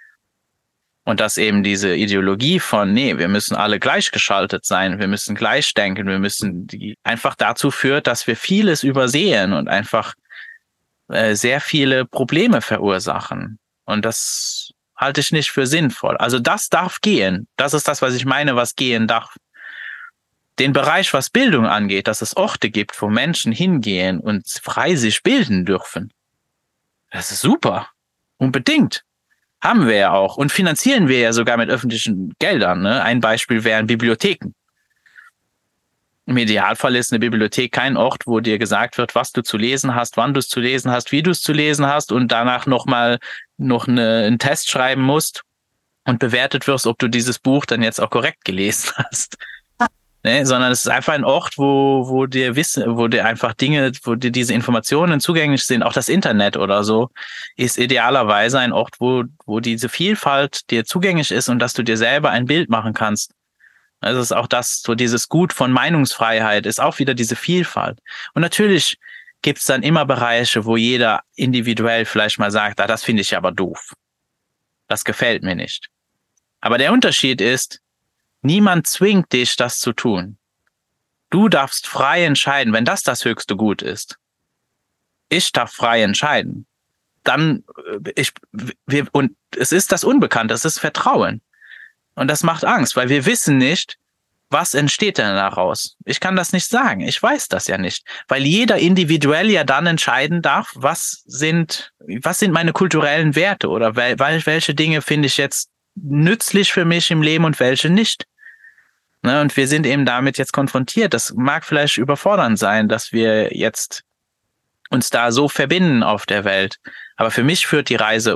B: Und dass eben diese Ideologie von, nee, wir müssen alle gleichgeschaltet sein, wir müssen gleich denken, wir müssen, die einfach dazu führt, dass wir vieles übersehen und einfach äh, sehr viele Probleme verursachen. Und das halte ich nicht für sinnvoll. Also das darf gehen. Das ist das, was ich meine, was gehen darf. Den Bereich, was Bildung angeht, dass es Orte gibt, wo Menschen hingehen und frei sich bilden dürfen. Das ist super. Unbedingt. Haben wir ja auch. Und finanzieren wir ja sogar mit öffentlichen Geldern. Ne? Ein Beispiel wären Bibliotheken. Im Idealfall ist eine Bibliothek kein Ort, wo dir gesagt wird, was du zu lesen hast, wann du es zu lesen hast, wie du es zu lesen hast und danach nochmal noch eine, einen Test schreiben musst und bewertet wirst, ob du dieses Buch dann jetzt auch korrekt gelesen hast. ne? Sondern es ist einfach ein Ort, wo, wo dir Wissen, wo dir einfach Dinge, wo dir diese Informationen zugänglich sind. Auch das Internet oder so ist idealerweise ein Ort, wo, wo diese Vielfalt dir zugänglich ist und dass du dir selber ein Bild machen kannst. Also es ist auch das, so dieses Gut von Meinungsfreiheit ist auch wieder diese Vielfalt. Und natürlich gibt es dann immer Bereiche, wo jeder individuell vielleicht mal sagt, ah, das finde ich aber doof. Das gefällt mir nicht. Aber der Unterschied ist, niemand zwingt dich, das zu tun. Du darfst frei entscheiden, wenn das das höchste Gut ist. Ich darf frei entscheiden. Dann, ich, wir, und es ist das Unbekannte, es ist Vertrauen. Und das macht Angst, weil wir wissen nicht, was entsteht denn daraus. Ich kann das nicht sagen, ich weiß das ja nicht. Weil jeder individuell ja dann entscheiden darf, was sind, was sind meine kulturellen Werte oder wel, welche Dinge finde ich jetzt nützlich für mich im Leben und welche nicht. Ne, und wir sind eben damit jetzt konfrontiert. Das mag vielleicht überfordernd sein, dass wir jetzt uns da so verbinden auf der Welt. Aber für mich führt die Reise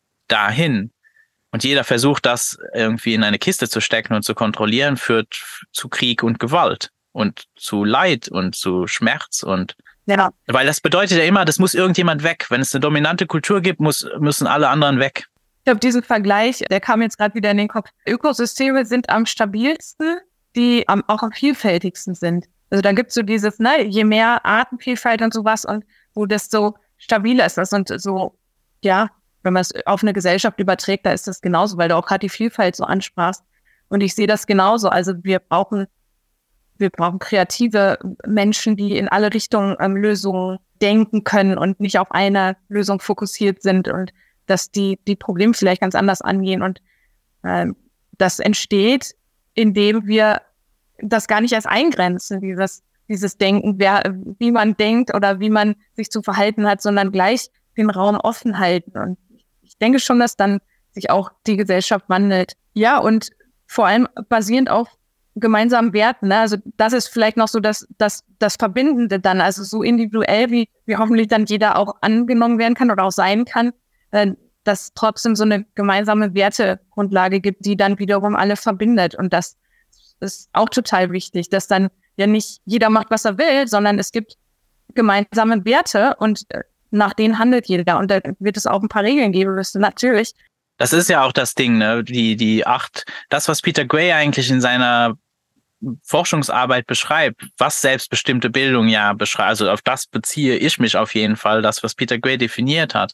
B: dahin. Und jeder versucht, das irgendwie in eine Kiste zu stecken und zu kontrollieren, führt zu Krieg und Gewalt und zu Leid und zu Schmerz. Und
C: ja.
B: Weil das bedeutet ja immer, das muss irgendjemand weg. Wenn es eine dominante Kultur gibt, muss, müssen alle anderen weg.
C: Ich glaube, diesen Vergleich, der kam jetzt gerade wieder in den Kopf. Ökosysteme sind am stabilsten, die am, auch am vielfältigsten sind. Also da gibt es so dieses, ne, je mehr Artenvielfalt und sowas und wo das so stabiler ist. Das und so, ja, wenn man es auf eine Gesellschaft überträgt, da ist das genauso, weil du auch gerade die Vielfalt so ansprachst. Und ich sehe das genauso. Also wir brauchen, wir brauchen kreative Menschen, die in alle Richtungen ähm, Lösungen denken können und nicht auf eine Lösung fokussiert sind und dass die die Probleme vielleicht ganz anders angehen. Und ähm, das entsteht, indem wir das gar nicht erst eingrenzen, dieses, dieses Denken, wer, wie man denkt oder wie man sich zu verhalten hat, sondern gleich den Raum offen halten. Und ich denke schon, dass dann sich auch die Gesellschaft wandelt. Ja, und vor allem basierend auf gemeinsamen Werten. Ne? Also das ist vielleicht noch so das, das, das Verbindende dann, also so individuell, wie, wie hoffentlich dann jeder auch angenommen werden kann oder auch sein kann, äh, dass trotzdem so eine gemeinsame Wertegrundlage gibt, die dann wiederum alle verbindet. Und das ist auch total wichtig, dass dann ja nicht jeder macht, was er will, sondern es gibt gemeinsame Werte und nach denen handelt jeder. Und da wird es auch ein paar Regeln geben müssen, natürlich.
B: Das ist ja auch das Ding, ne? Die, die acht, das, was Peter Gray eigentlich in seiner Forschungsarbeit beschreibt, was selbstbestimmte Bildung ja beschreibt, also auf das beziehe ich mich auf jeden Fall, das, was Peter Gray definiert hat.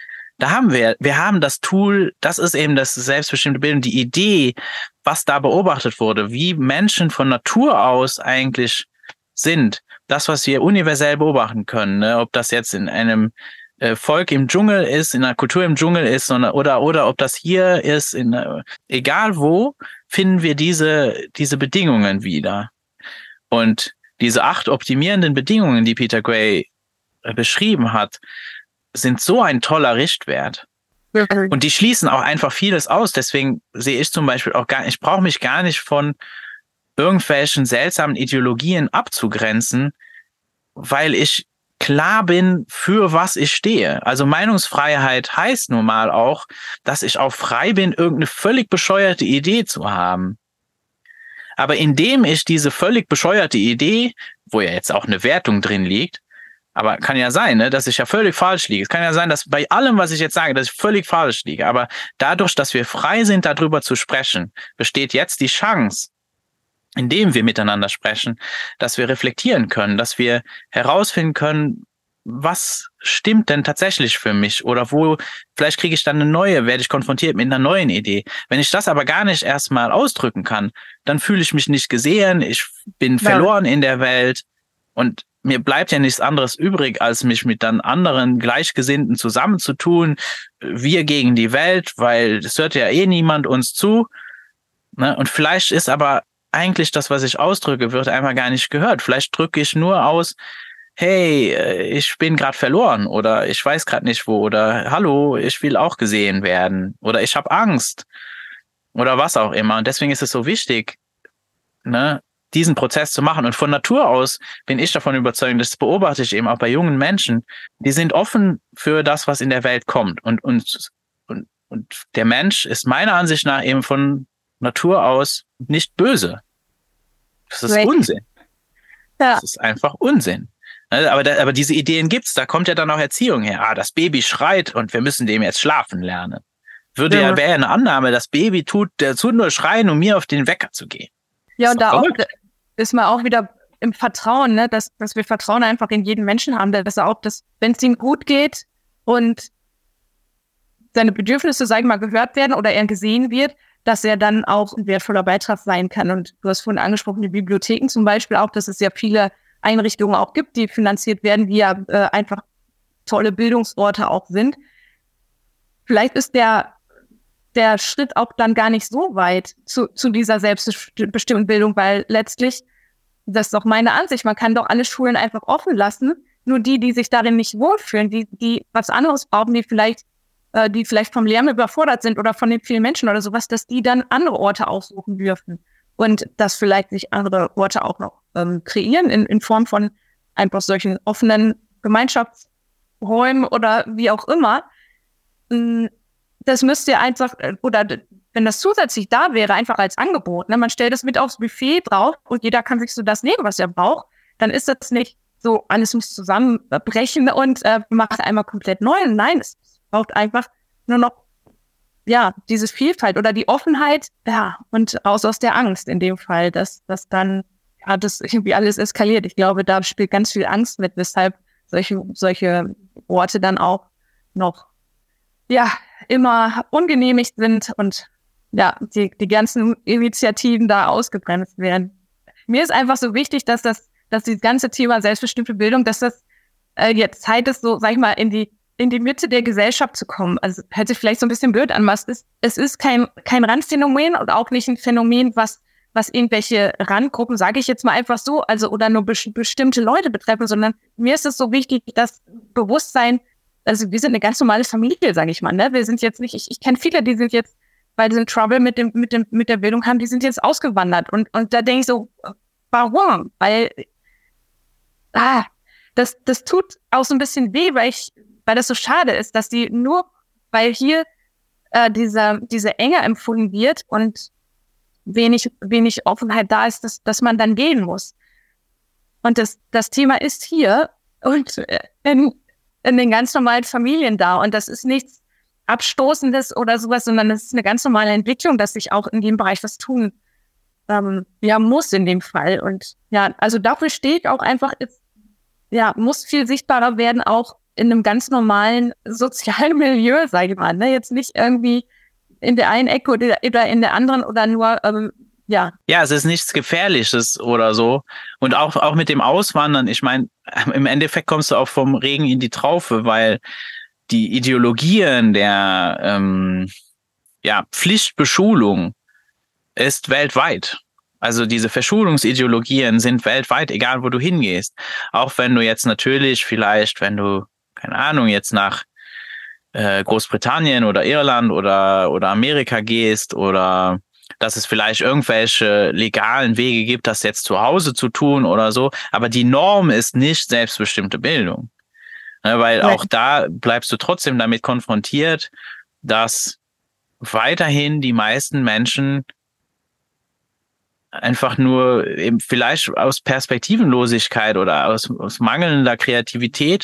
B: Da haben wir, wir haben das Tool, das ist eben das selbstbestimmte Bildung, die Idee, was da beobachtet wurde, wie Menschen von Natur aus eigentlich sind. Das, was wir universell beobachten können, ne? Ob das jetzt in einem äh, Volk im Dschungel ist, in einer Kultur im Dschungel ist, sondern, oder, oder ob das hier ist, in, äh, egal wo, finden wir diese, diese Bedingungen wieder. Und diese acht optimierenden Bedingungen, die Peter Gray äh, beschrieben hat, sind so ein toller Richtwert. Und die schließen auch einfach vieles aus. Deswegen sehe ich zum Beispiel auch gar nicht, ich brauche mich gar nicht von irgendwelchen seltsamen Ideologien abzugrenzen, weil ich klar bin, für was ich stehe. Also Meinungsfreiheit heißt nun mal auch, dass ich auch frei bin, irgendeine völlig bescheuerte Idee zu haben. Aber indem ich diese völlig bescheuerte Idee, wo ja jetzt auch eine Wertung drin liegt, aber kann ja sein, ne, dass ich ja völlig falsch liege. Es kann ja sein, dass bei allem, was ich jetzt sage, dass ich völlig falsch liege. Aber dadurch, dass wir frei sind, darüber zu sprechen, besteht jetzt die Chance, indem wir miteinander sprechen, dass wir reflektieren können, dass wir herausfinden können, was stimmt denn tatsächlich für mich oder wo, vielleicht kriege ich dann eine neue, werde ich konfrontiert mit einer neuen Idee. Wenn ich das aber gar nicht erstmal ausdrücken kann, dann fühle ich mich nicht gesehen, ich bin ja. verloren in der Welt und mir bleibt ja nichts anderes übrig, als mich mit dann anderen Gleichgesinnten zusammenzutun, wir gegen die Welt, weil es hört ja eh niemand uns zu, ne? Und vielleicht ist aber eigentlich das, was ich ausdrücke, wird einmal gar nicht gehört. Vielleicht drücke ich nur aus, hey, ich bin gerade verloren oder ich weiß gerade nicht wo oder hallo, ich will auch gesehen werden oder ich habe Angst oder was auch immer. Und deswegen ist es so wichtig, ne, diesen Prozess zu machen. Und von Natur aus bin ich davon überzeugt, das beobachte ich eben auch bei jungen Menschen, die sind offen für das, was in der Welt kommt. Und, und, und, und der Mensch ist meiner Ansicht nach eben von Natur aus nicht böse. Das ist Unsinn.
C: Ja.
B: Das ist einfach Unsinn. Aber, da, aber diese Ideen gibt's, da kommt ja dann auch Erziehung her. Ah, das Baby schreit und wir müssen dem jetzt schlafen lernen. Würde ja, ja wäre eine Annahme, das Baby tut, der tut nur schreien, um mir auf den Wecker zu gehen.
C: Ja, und da auch, ist man auch wieder im Vertrauen, ne, dass, dass wir Vertrauen einfach in jeden Menschen haben, dass er auch, dass, wenn es ihm gut geht und seine Bedürfnisse, sag ich mal, gehört werden oder er gesehen wird, dass er dann auch ein wertvoller Beitrag sein kann. Und du hast vorhin angesprochen, die Bibliotheken zum Beispiel auch, dass es ja viele Einrichtungen auch gibt, die finanziert werden, die ja äh, einfach tolle Bildungsorte auch sind. Vielleicht ist der der Schritt auch dann gar nicht so weit zu, zu dieser selbstbestimmten Bildung, weil letztlich, das ist auch meine Ansicht, man kann doch alle Schulen einfach offen lassen, nur die, die sich darin nicht wohlfühlen, die, die was anderes brauchen, die vielleicht, äh, die vielleicht vom Lernen überfordert sind oder von den vielen Menschen oder sowas, dass die dann andere Orte aufsuchen dürfen und dass vielleicht sich andere Orte auch noch ähm, kreieren in, in Form von einfach solchen offenen Gemeinschaftsräumen oder wie auch immer. Das müsst ihr einfach, oder wenn das zusätzlich da wäre, einfach als Angebot, ne, man stellt das mit aufs Buffet drauf und jeder kann sich so das nehmen, was er braucht, dann ist das nicht so, alles muss zusammenbrechen und äh, macht einmal komplett neu. Nein, es braucht einfach nur noch, ja, diese Vielfalt oder die Offenheit, ja, und raus aus der Angst in dem Fall, dass, dass dann, ja, das irgendwie alles eskaliert. Ich glaube, da spielt ganz viel Angst mit, weshalb solche, solche Orte dann auch noch, ja, immer ungenehmigt sind und ja, die, die ganzen Initiativen da ausgebremst werden. Mir ist einfach so wichtig, dass das, dass dieses ganze Thema selbstbestimmte Bildung, dass das äh, jetzt Zeit ist, so, sag ich mal, in die, in die Mitte der Gesellschaft zu kommen. Also hört sich vielleicht so ein bisschen blöd an, was ist, es ist kein, kein Randphänomen und auch nicht ein Phänomen, was, was irgendwelche Randgruppen, sage ich jetzt mal einfach so, also oder nur be- bestimmte Leute betreffen, sondern mir ist es so wichtig, dass Bewusstsein, also wir sind eine ganz normale Familie, sage ich mal, ne? Wir sind jetzt nicht, ich, ich kenne viele, die sind jetzt, weil sie Trouble mit dem, mit dem, mit der Bildung haben, die sind jetzt ausgewandert. Und, und da denke ich so, warum? Weil, ah, das, das tut auch so ein bisschen weh, weil ich, weil das so schade ist, dass die nur, weil hier äh, dieser, diese Enge empfunden wird und wenig, wenig Offenheit da ist, dass, dass man dann gehen muss. Und das, das Thema ist hier und in, in den ganz normalen Familien da. Und das ist nichts Abstoßendes oder sowas, sondern das ist eine ganz normale Entwicklung, dass sich auch in dem Bereich was tun ähm, ja, muss in dem Fall. Und ja, also dafür stehe ich auch einfach, ist, ja, muss viel sichtbarer werden, auch in einem ganz normalen sozialen Milieu, sage ich mal. Ne? Jetzt nicht irgendwie in der einen Ecke oder, oder in der anderen oder nur, ähm, ja.
B: Ja, es ist nichts Gefährliches oder so. Und auch, auch mit dem Auswandern, ich meine, im Endeffekt kommst du auch vom Regen in die Traufe, weil die Ideologien der ähm, ja, Pflichtbeschulung ist weltweit. Also diese Verschulungsideologien sind weltweit, egal wo du hingehst. Auch wenn du jetzt natürlich vielleicht, wenn du, keine Ahnung, jetzt nach äh, Großbritannien oder Irland oder, oder Amerika gehst oder dass es vielleicht irgendwelche legalen Wege gibt, das jetzt zu Hause zu tun oder so. Aber die Norm ist nicht selbstbestimmte Bildung. Ne, weil auch da bleibst du trotzdem damit konfrontiert, dass weiterhin die meisten Menschen einfach nur eben vielleicht aus Perspektivenlosigkeit oder aus, aus mangelnder Kreativität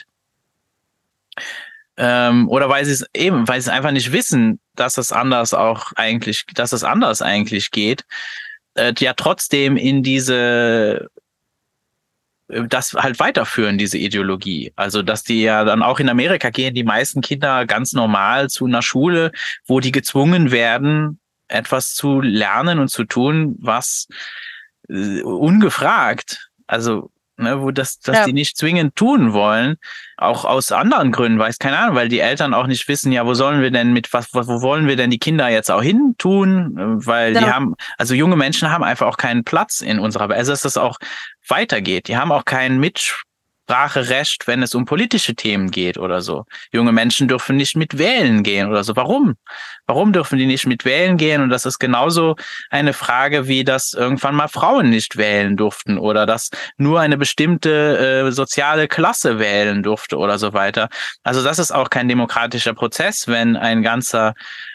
B: ähm, oder weil sie es eben, weil sie es einfach nicht wissen, dass es anders auch eigentlich, dass es anders eigentlich geht, äh, ja trotzdem in diese das halt weiterführen, diese Ideologie. Also, dass die ja dann auch in Amerika gehen, die meisten Kinder ganz normal zu einer Schule, wo die gezwungen werden, etwas zu lernen und zu tun, was äh, ungefragt, also ne, wo das, dass ja. die nicht zwingend tun wollen, auch aus anderen Gründen, weiß keine Ahnung, weil die Eltern auch nicht wissen, ja, wo sollen wir denn mit was, wo wollen wir denn die Kinder jetzt auch hin tun, weil ja. die haben, also junge Menschen haben einfach auch keinen Platz in unserer, also dass das auch weitergeht, die haben auch kein Mitspracherecht, wenn es um politische Themen geht oder so. Junge Menschen dürfen nicht mit wählen gehen oder so. Warum? Warum dürfen die nicht mit wählen gehen? Und das ist genauso eine Frage, wie dass irgendwann mal Frauen nicht wählen durften oder dass nur eine bestimmte äh, soziale Klasse wählen durfte oder so weiter. Also das ist auch kein demokratischer Prozess, wenn ein ganzer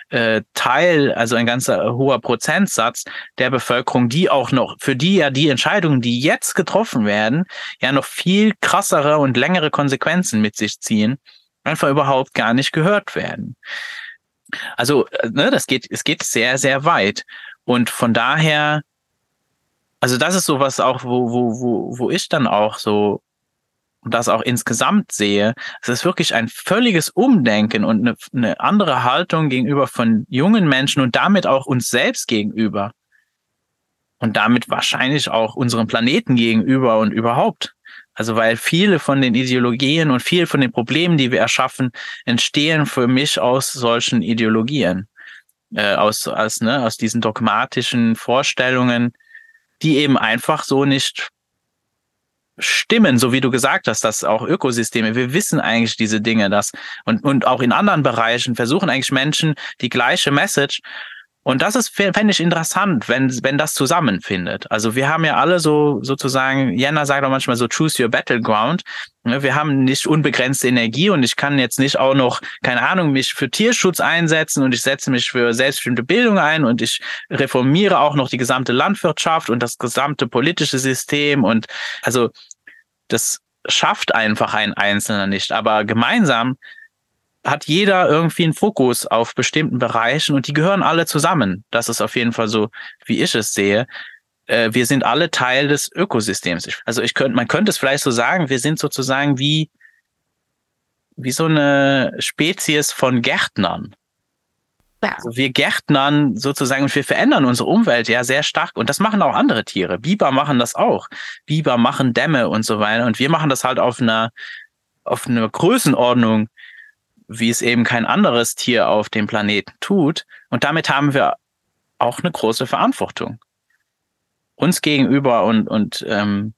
B: äh, Teil, also ein ganzer hoher Prozentsatz der Bevölkerung, die auch noch, für die ja die Entscheidungen, die jetzt getroffen werden, ja noch viel krassere und längere Konsequenzen mit sich ziehen, einfach überhaupt gar nicht gehört werden. Also, ne, das geht, es geht sehr, sehr weit. Und von daher, also das ist sowas auch, wo, wo, wo, wo ich dann auch so das auch insgesamt sehe. Es ist wirklich ein völliges Umdenken und eine, eine andere Haltung gegenüber von jungen Menschen und damit auch uns selbst gegenüber. Und damit wahrscheinlich auch unserem Planeten gegenüber und überhaupt. Also weil viele von den Ideologien und viel von den Problemen, die wir erschaffen, entstehen für mich aus solchen Ideologien. Äh, aus, aus, ne, aus diesen dogmatischen Vorstellungen, die eben einfach so nicht stimmen, so wie du gesagt hast, dass auch Ökosysteme, wir wissen eigentlich diese Dinge, dass und, und auch in anderen Bereichen versuchen eigentlich Menschen die gleiche Message. Und das ist, fände ich interessant, wenn, wenn das zusammenfindet. Also wir haben ja alle so sozusagen, Jenna sagt auch manchmal so, choose your battleground. Wir haben nicht unbegrenzte Energie und ich kann jetzt nicht auch noch, keine Ahnung, mich für Tierschutz einsetzen und ich setze mich für selbstbestimmte Bildung ein und ich reformiere auch noch die gesamte Landwirtschaft und das gesamte politische System und also das schafft einfach ein Einzelner nicht. Aber gemeinsam hat jeder irgendwie einen Fokus auf bestimmten Bereichen und die gehören alle zusammen. Das ist auf jeden Fall so, wie ich es sehe. Äh, wir sind alle Teil des Ökosystems. Also ich könnte, man könnte es vielleicht so sagen, wir sind sozusagen wie, wie so eine Spezies von Gärtnern. Ja. Also wir gärtnern sozusagen und wir verändern unsere Umwelt ja sehr stark und das machen auch andere Tiere. Biber machen das auch. Biber machen Dämme und so weiter und wir machen das halt auf einer, auf einer Größenordnung, wie es eben kein anderes Tier auf dem Planeten tut. Und damit haben wir auch eine große Verantwortung. Uns gegenüber und, und ähm,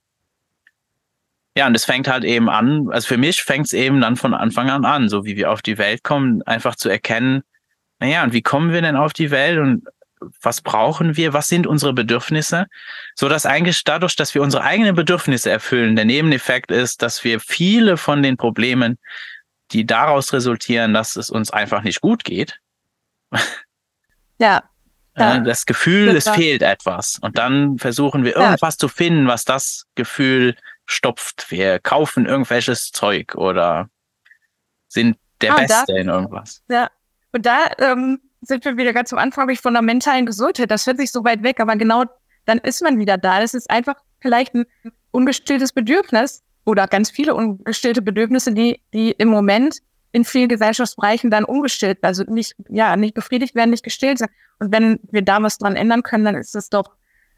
B: ja, und es fängt halt eben an, also für mich fängt es eben dann von Anfang an an, so wie wir auf die Welt kommen, einfach zu erkennen, naja, und wie kommen wir denn auf die Welt und was brauchen wir, was sind unsere Bedürfnisse, so dass eigentlich dadurch, dass wir unsere eigenen Bedürfnisse erfüllen, der Nebeneffekt ist, dass wir viele von den Problemen, die daraus resultieren, dass es uns einfach nicht gut geht.
C: Ja. ja.
B: Das Gefühl, das es fehlt etwas. Und dann versuchen wir irgendwas ja. zu finden, was das Gefühl stopft. Wir kaufen irgendwelches Zeug oder sind der ah, Beste da, in irgendwas.
C: Ja. Und da ähm, sind wir wieder ganz am Anfang von der mentalen Gesundheit. Das hört sich so weit weg, aber genau dann ist man wieder da. Das ist einfach vielleicht ein ungestilltes Bedürfnis, oder ganz viele ungestillte Bedürfnisse, die, die im Moment in vielen Gesellschaftsbereichen dann ungestillt, also nicht, ja, nicht befriedigt werden, nicht gestillt sind. Und wenn wir da was dran ändern können, dann ist das doch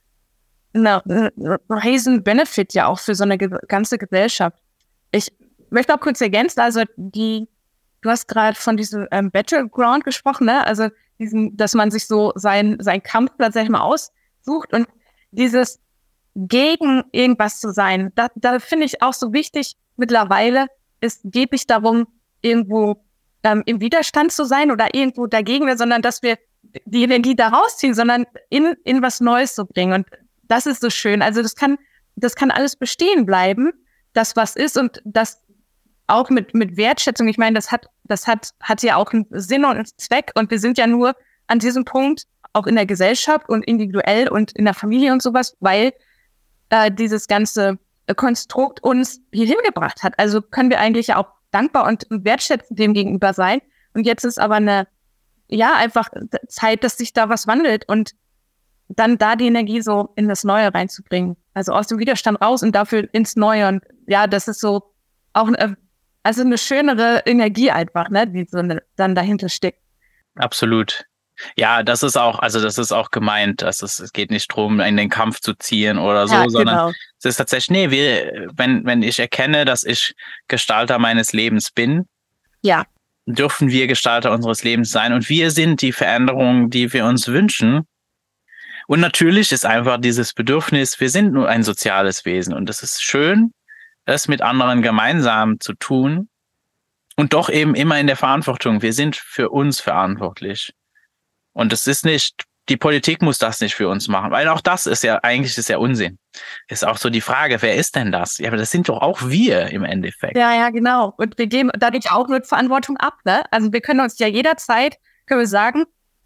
C: ein riesen Benefit ja auch für so eine ge- ganze Gesellschaft. Ich möchte auch kurz ergänzen, also die, du hast gerade von diesem ähm, Battleground gesprochen, ne? Also diesen, dass man sich so sein, sein Kampfplatz, sag ich mal, aussucht und dieses gegen irgendwas zu sein. Da, da finde ich auch so wichtig mittlerweile, es geht nicht darum, irgendwo ähm, im Widerstand zu sein oder irgendwo dagegen, sondern dass wir die Energie da rausziehen, sondern in, in was Neues zu bringen. Und das ist so schön. Also das kann, das kann alles bestehen bleiben, das was ist und das auch mit, mit Wertschätzung. Ich meine, das hat, das hat, hat ja auch einen Sinn und einen Zweck und wir sind ja nur an diesem Punkt auch in der Gesellschaft und individuell und in der Familie und sowas, weil äh, dieses ganze Konstrukt uns hierhin gebracht hat. Also können wir eigentlich ja auch dankbar und wertschätzend dem gegenüber sein. Und jetzt ist aber eine, ja, einfach Zeit, dass sich da was wandelt und dann da die Energie so in das Neue reinzubringen. Also aus dem Widerstand raus und dafür ins Neue. Und ja, das ist so auch eine, also eine schönere Energie einfach, ne, die so eine, dann dahinter steckt.
B: Absolut. Ja, das ist auch, also das ist auch gemeint, dass es, es geht nicht darum, in den Kampf zu ziehen oder so, ja, sondern genau. Es ist tatsächlich, nee, wir, wenn, wenn ich erkenne, dass ich Gestalter meines Lebens bin,
C: ja,
B: dürfen wir Gestalter unseres Lebens sein und wir sind die Veränderung, die wir uns wünschen. Und natürlich ist einfach dieses Bedürfnis, wir sind nur ein soziales Wesen und es ist schön, das mit anderen gemeinsam zu tun und doch eben immer in der Verantwortung. Wir sind für uns verantwortlich. Und es ist nicht, die Politik muss das nicht für uns machen, weil auch das ist ja, eigentlich ist ja Unsinn. Ist auch so die Frage, wer ist denn das? Ja, aber das sind doch auch wir im Endeffekt.
C: Ja, ja, genau. Und wir geben dadurch auch nur Verantwortung ab, ne? Also wir können uns ja jederzeit, können wir sagen,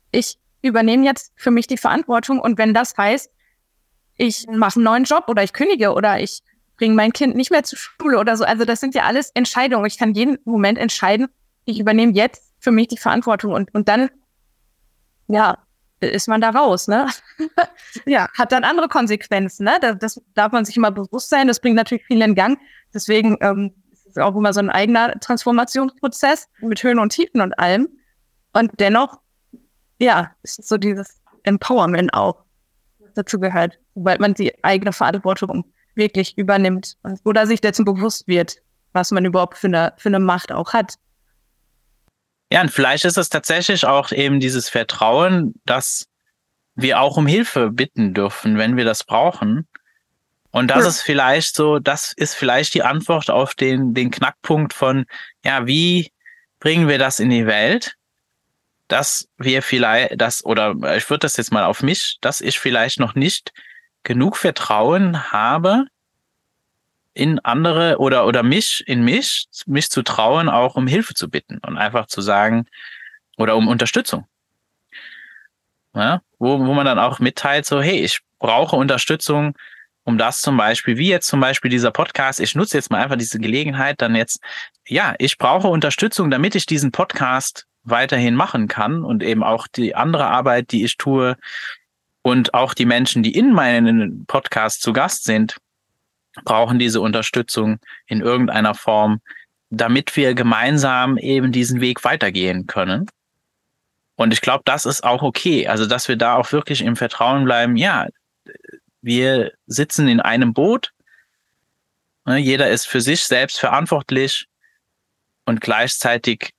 C: ich übernehme jetzt für mich die Verantwortung und wenn das heißt, ich mache einen neuen Job oder ich kündige oder ich bringe mein Kind nicht mehr zur Schule oder so, also das sind ja alles Entscheidungen. Ich kann jeden Moment entscheiden, ich übernehme jetzt für mich die Verantwortung und, und dann, ja, ist man da raus, ne? Ja, hat dann andere Konsequenzen, ne? Das, das darf man sich immer bewusst sein. Das bringt natürlich viel in Gang. Deswegen ähm, ist es auch immer so ein eigener Transformationsprozess mit Höhen und Tiefen und allem. Und dennoch, ja, ist so dieses Empowerment auch, was dazu gehört, weil man die eigene Verantwortung wirklich übernimmt und, oder sich dessen bewusst wird, was man überhaupt für eine, für eine Macht auch hat.
B: Ja, und vielleicht ist es tatsächlich auch eben dieses Vertrauen, dass wir auch um Hilfe bitten dürfen, wenn wir das brauchen. Und das ja. ist vielleicht so, das ist vielleicht die Antwort auf den, den Knackpunkt von, ja, wie bringen wir das in die Welt, dass wir vielleicht, das, oder ich würde das jetzt mal auf mich, dass ich vielleicht noch nicht genug Vertrauen habe, in andere oder oder mich, in mich, mich zu trauen, auch um Hilfe zu bitten und einfach zu sagen, oder um Unterstützung. Ja, wo, wo man dann auch mitteilt, so, hey, ich brauche Unterstützung, um das zum Beispiel, wie jetzt zum Beispiel dieser Podcast, ich nutze jetzt mal einfach diese Gelegenheit, dann jetzt, ja, ich brauche Unterstützung, damit ich diesen Podcast weiterhin machen kann und eben auch die andere Arbeit, die ich tue und auch die Menschen, die in meinem Podcast zu Gast sind, brauchen diese Unterstützung in irgendeiner Form, damit wir gemeinsam eben diesen Weg weitergehen können. Und ich glaube, das ist auch okay. Also, dass wir da auch wirklich im Vertrauen bleiben. Ja, wir sitzen in einem Boot. Jeder ist für sich selbst verantwortlich und gleichzeitig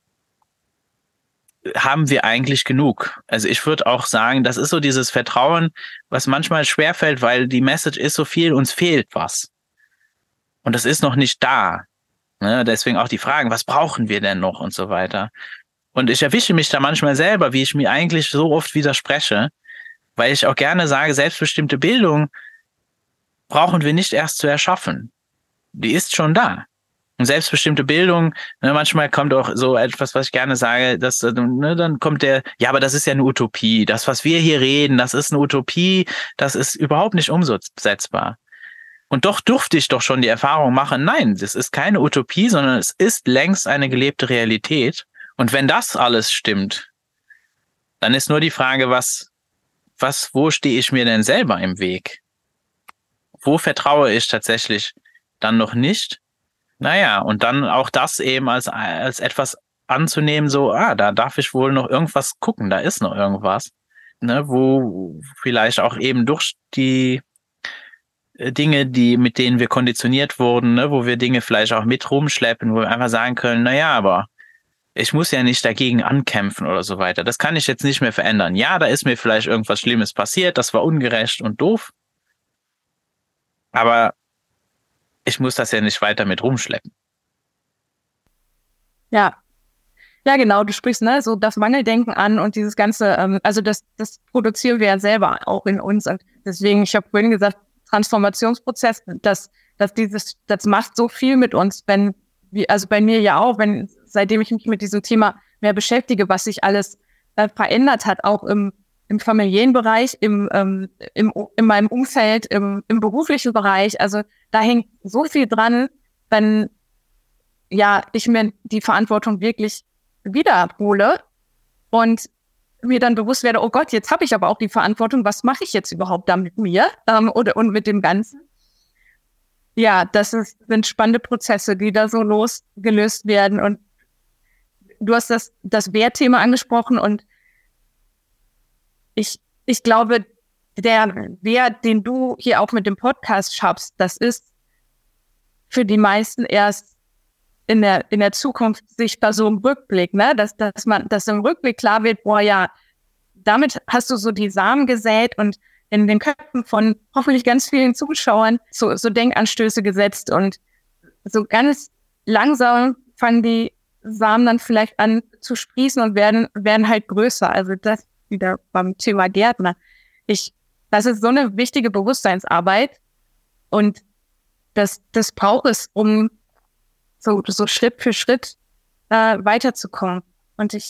B: haben wir eigentlich genug. Also ich würde auch sagen, das ist so dieses Vertrauen, was manchmal schwerfällt, weil die Message ist so viel, uns fehlt was. Und das ist noch nicht da. Ne? Deswegen auch die Fragen, was brauchen wir denn noch und so weiter. Und ich erwische mich da manchmal selber, wie ich mir eigentlich so oft widerspreche, weil ich auch gerne sage, selbstbestimmte Bildung brauchen wir nicht erst zu erschaffen. Die ist schon da. Und selbstbestimmte Bildung, ne, manchmal kommt auch so etwas, was ich gerne sage, dass, ne, dann kommt der, ja, aber das ist ja eine Utopie. Das, was wir hier reden, das ist eine Utopie, das ist überhaupt nicht umsetzbar. Und doch durfte ich doch schon die Erfahrung machen, nein, das ist keine Utopie, sondern es ist längst eine gelebte Realität. Und wenn das alles stimmt, dann ist nur die Frage, was, was, wo stehe ich mir denn selber im Weg? Wo vertraue ich tatsächlich dann noch nicht? Naja, und dann auch das eben als, als etwas anzunehmen, so, ah, da darf ich wohl noch irgendwas gucken, da ist noch irgendwas, ne, wo vielleicht auch eben durch die Dinge, die, mit denen wir konditioniert wurden, ne, wo wir Dinge vielleicht auch mit rumschleppen, wo wir einfach sagen können, naja, aber ich muss ja nicht dagegen ankämpfen oder so weiter. Das kann ich jetzt nicht mehr verändern. Ja, da ist mir vielleicht irgendwas Schlimmes passiert, das war ungerecht und doof, aber ich muss das ja nicht weiter mit rumschleppen.
C: Ja, ja genau, du sprichst ne so das Mangeldenken an und dieses ganze, ähm, also das das produzieren wir ja selber auch in uns und deswegen, ich habe vorhin gesagt, Transformationsprozess, dass dass dieses, das macht so viel mit uns, wenn wir, also bei mir ja auch, wenn seitdem ich mich mit diesem Thema mehr beschäftige, was sich alles äh, verändert hat, auch im im familiären Bereich, im, ähm, im, in meinem Umfeld, im, im beruflichen Bereich. Also da hängt so viel dran, wenn ja ich mir die Verantwortung wirklich wiederhole und mir dann bewusst werde, oh Gott, jetzt habe ich aber auch die Verantwortung, was mache ich jetzt überhaupt da mit mir ähm, oder und mit dem Ganzen? Ja, das ist, sind spannende Prozesse, die da so losgelöst werden. Und du hast das, das Wertthema angesprochen und Ich, ich glaube, der Wert, den du hier auch mit dem Podcast schaffst, das ist für die meisten erst in der, in der Zukunft sichtbar so im Rückblick, ne, dass, dass man, dass im Rückblick klar wird, boah, ja, damit hast du so die Samen gesät und in den Köpfen von hoffentlich ganz vielen Zuschauern so, so Denkanstöße gesetzt und so ganz langsam fangen die Samen dann vielleicht an zu sprießen und werden, werden halt größer. Also das wieder beim Thema Gärtner. Ich, das ist so eine wichtige Bewusstseinsarbeit und das, das braucht es, um so, so Schritt für Schritt äh, weiterzukommen. Und ich,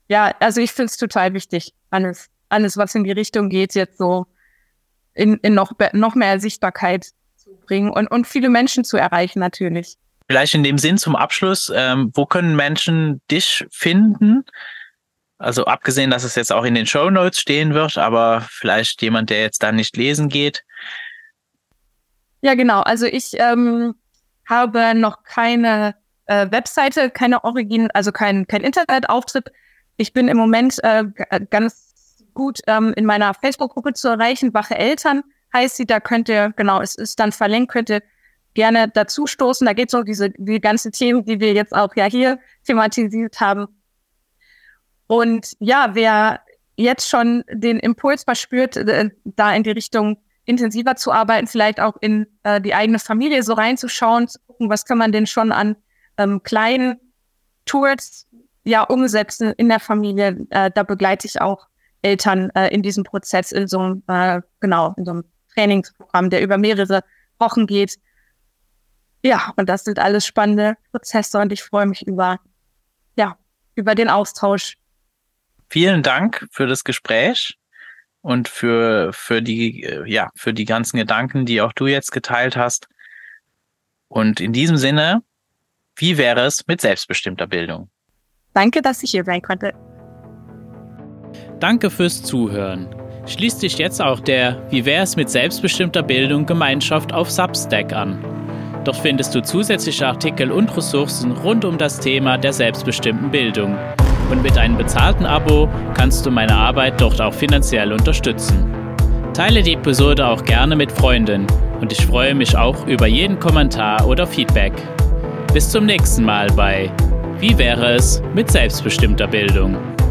C: ja, also ich finde es total wichtig, alles, alles, was in die Richtung geht, jetzt so in, in noch, noch mehr Sichtbarkeit zu bringen und, und viele Menschen zu erreichen natürlich.
B: Vielleicht in dem Sinn zum Abschluss, ähm, wo können Menschen dich finden? Also abgesehen, dass es jetzt auch in den Shownotes stehen wird, aber vielleicht jemand, der jetzt da nicht lesen geht.
C: Ja, genau. Also ich ähm, habe noch keine äh, Webseite, keine Origin, also kein, kein Internetauftritt. Ich bin im Moment äh, ganz gut ähm, in meiner Facebook-Gruppe zu erreichen. Wache Eltern heißt sie. Da könnt ihr, genau, es ist dann verlinkt, könnt ihr gerne dazu stoßen. Da geht es um diese die ganzen Themen, die wir jetzt auch ja hier thematisiert haben. Und ja, wer jetzt schon den Impuls verspürt, äh, da in die Richtung intensiver zu arbeiten, vielleicht auch in äh, die eigene Familie so reinzuschauen, zu gucken, was kann man denn schon an ähm, kleinen Tools ja umsetzen in der Familie. Äh, da begleite ich auch Eltern äh, in diesem Prozess, in so einem, äh, genau, in so einem Trainingsprogramm, der über mehrere Wochen geht. Ja, und das sind alles spannende Prozesse und ich freue mich über, ja, über den Austausch.
B: Vielen Dank für das Gespräch und für, für die, ja, für die ganzen Gedanken, die auch du jetzt geteilt hast. Und in diesem Sinne, wie wäre es mit selbstbestimmter Bildung?
C: Danke, dass ich hier sein konnte.
A: Danke fürs Zuhören. Schließt dich jetzt auch der Wie wäre es mit selbstbestimmter Bildung Gemeinschaft auf Substack an. Dort findest du zusätzliche Artikel und Ressourcen rund um das Thema der selbstbestimmten Bildung. Und mit einem bezahlten Abo kannst du meine Arbeit dort auch finanziell unterstützen. Teile die Episode auch gerne mit Freunden und ich freue mich auch über jeden Kommentar oder Feedback. Bis zum nächsten Mal bei Wie wäre es mit selbstbestimmter Bildung?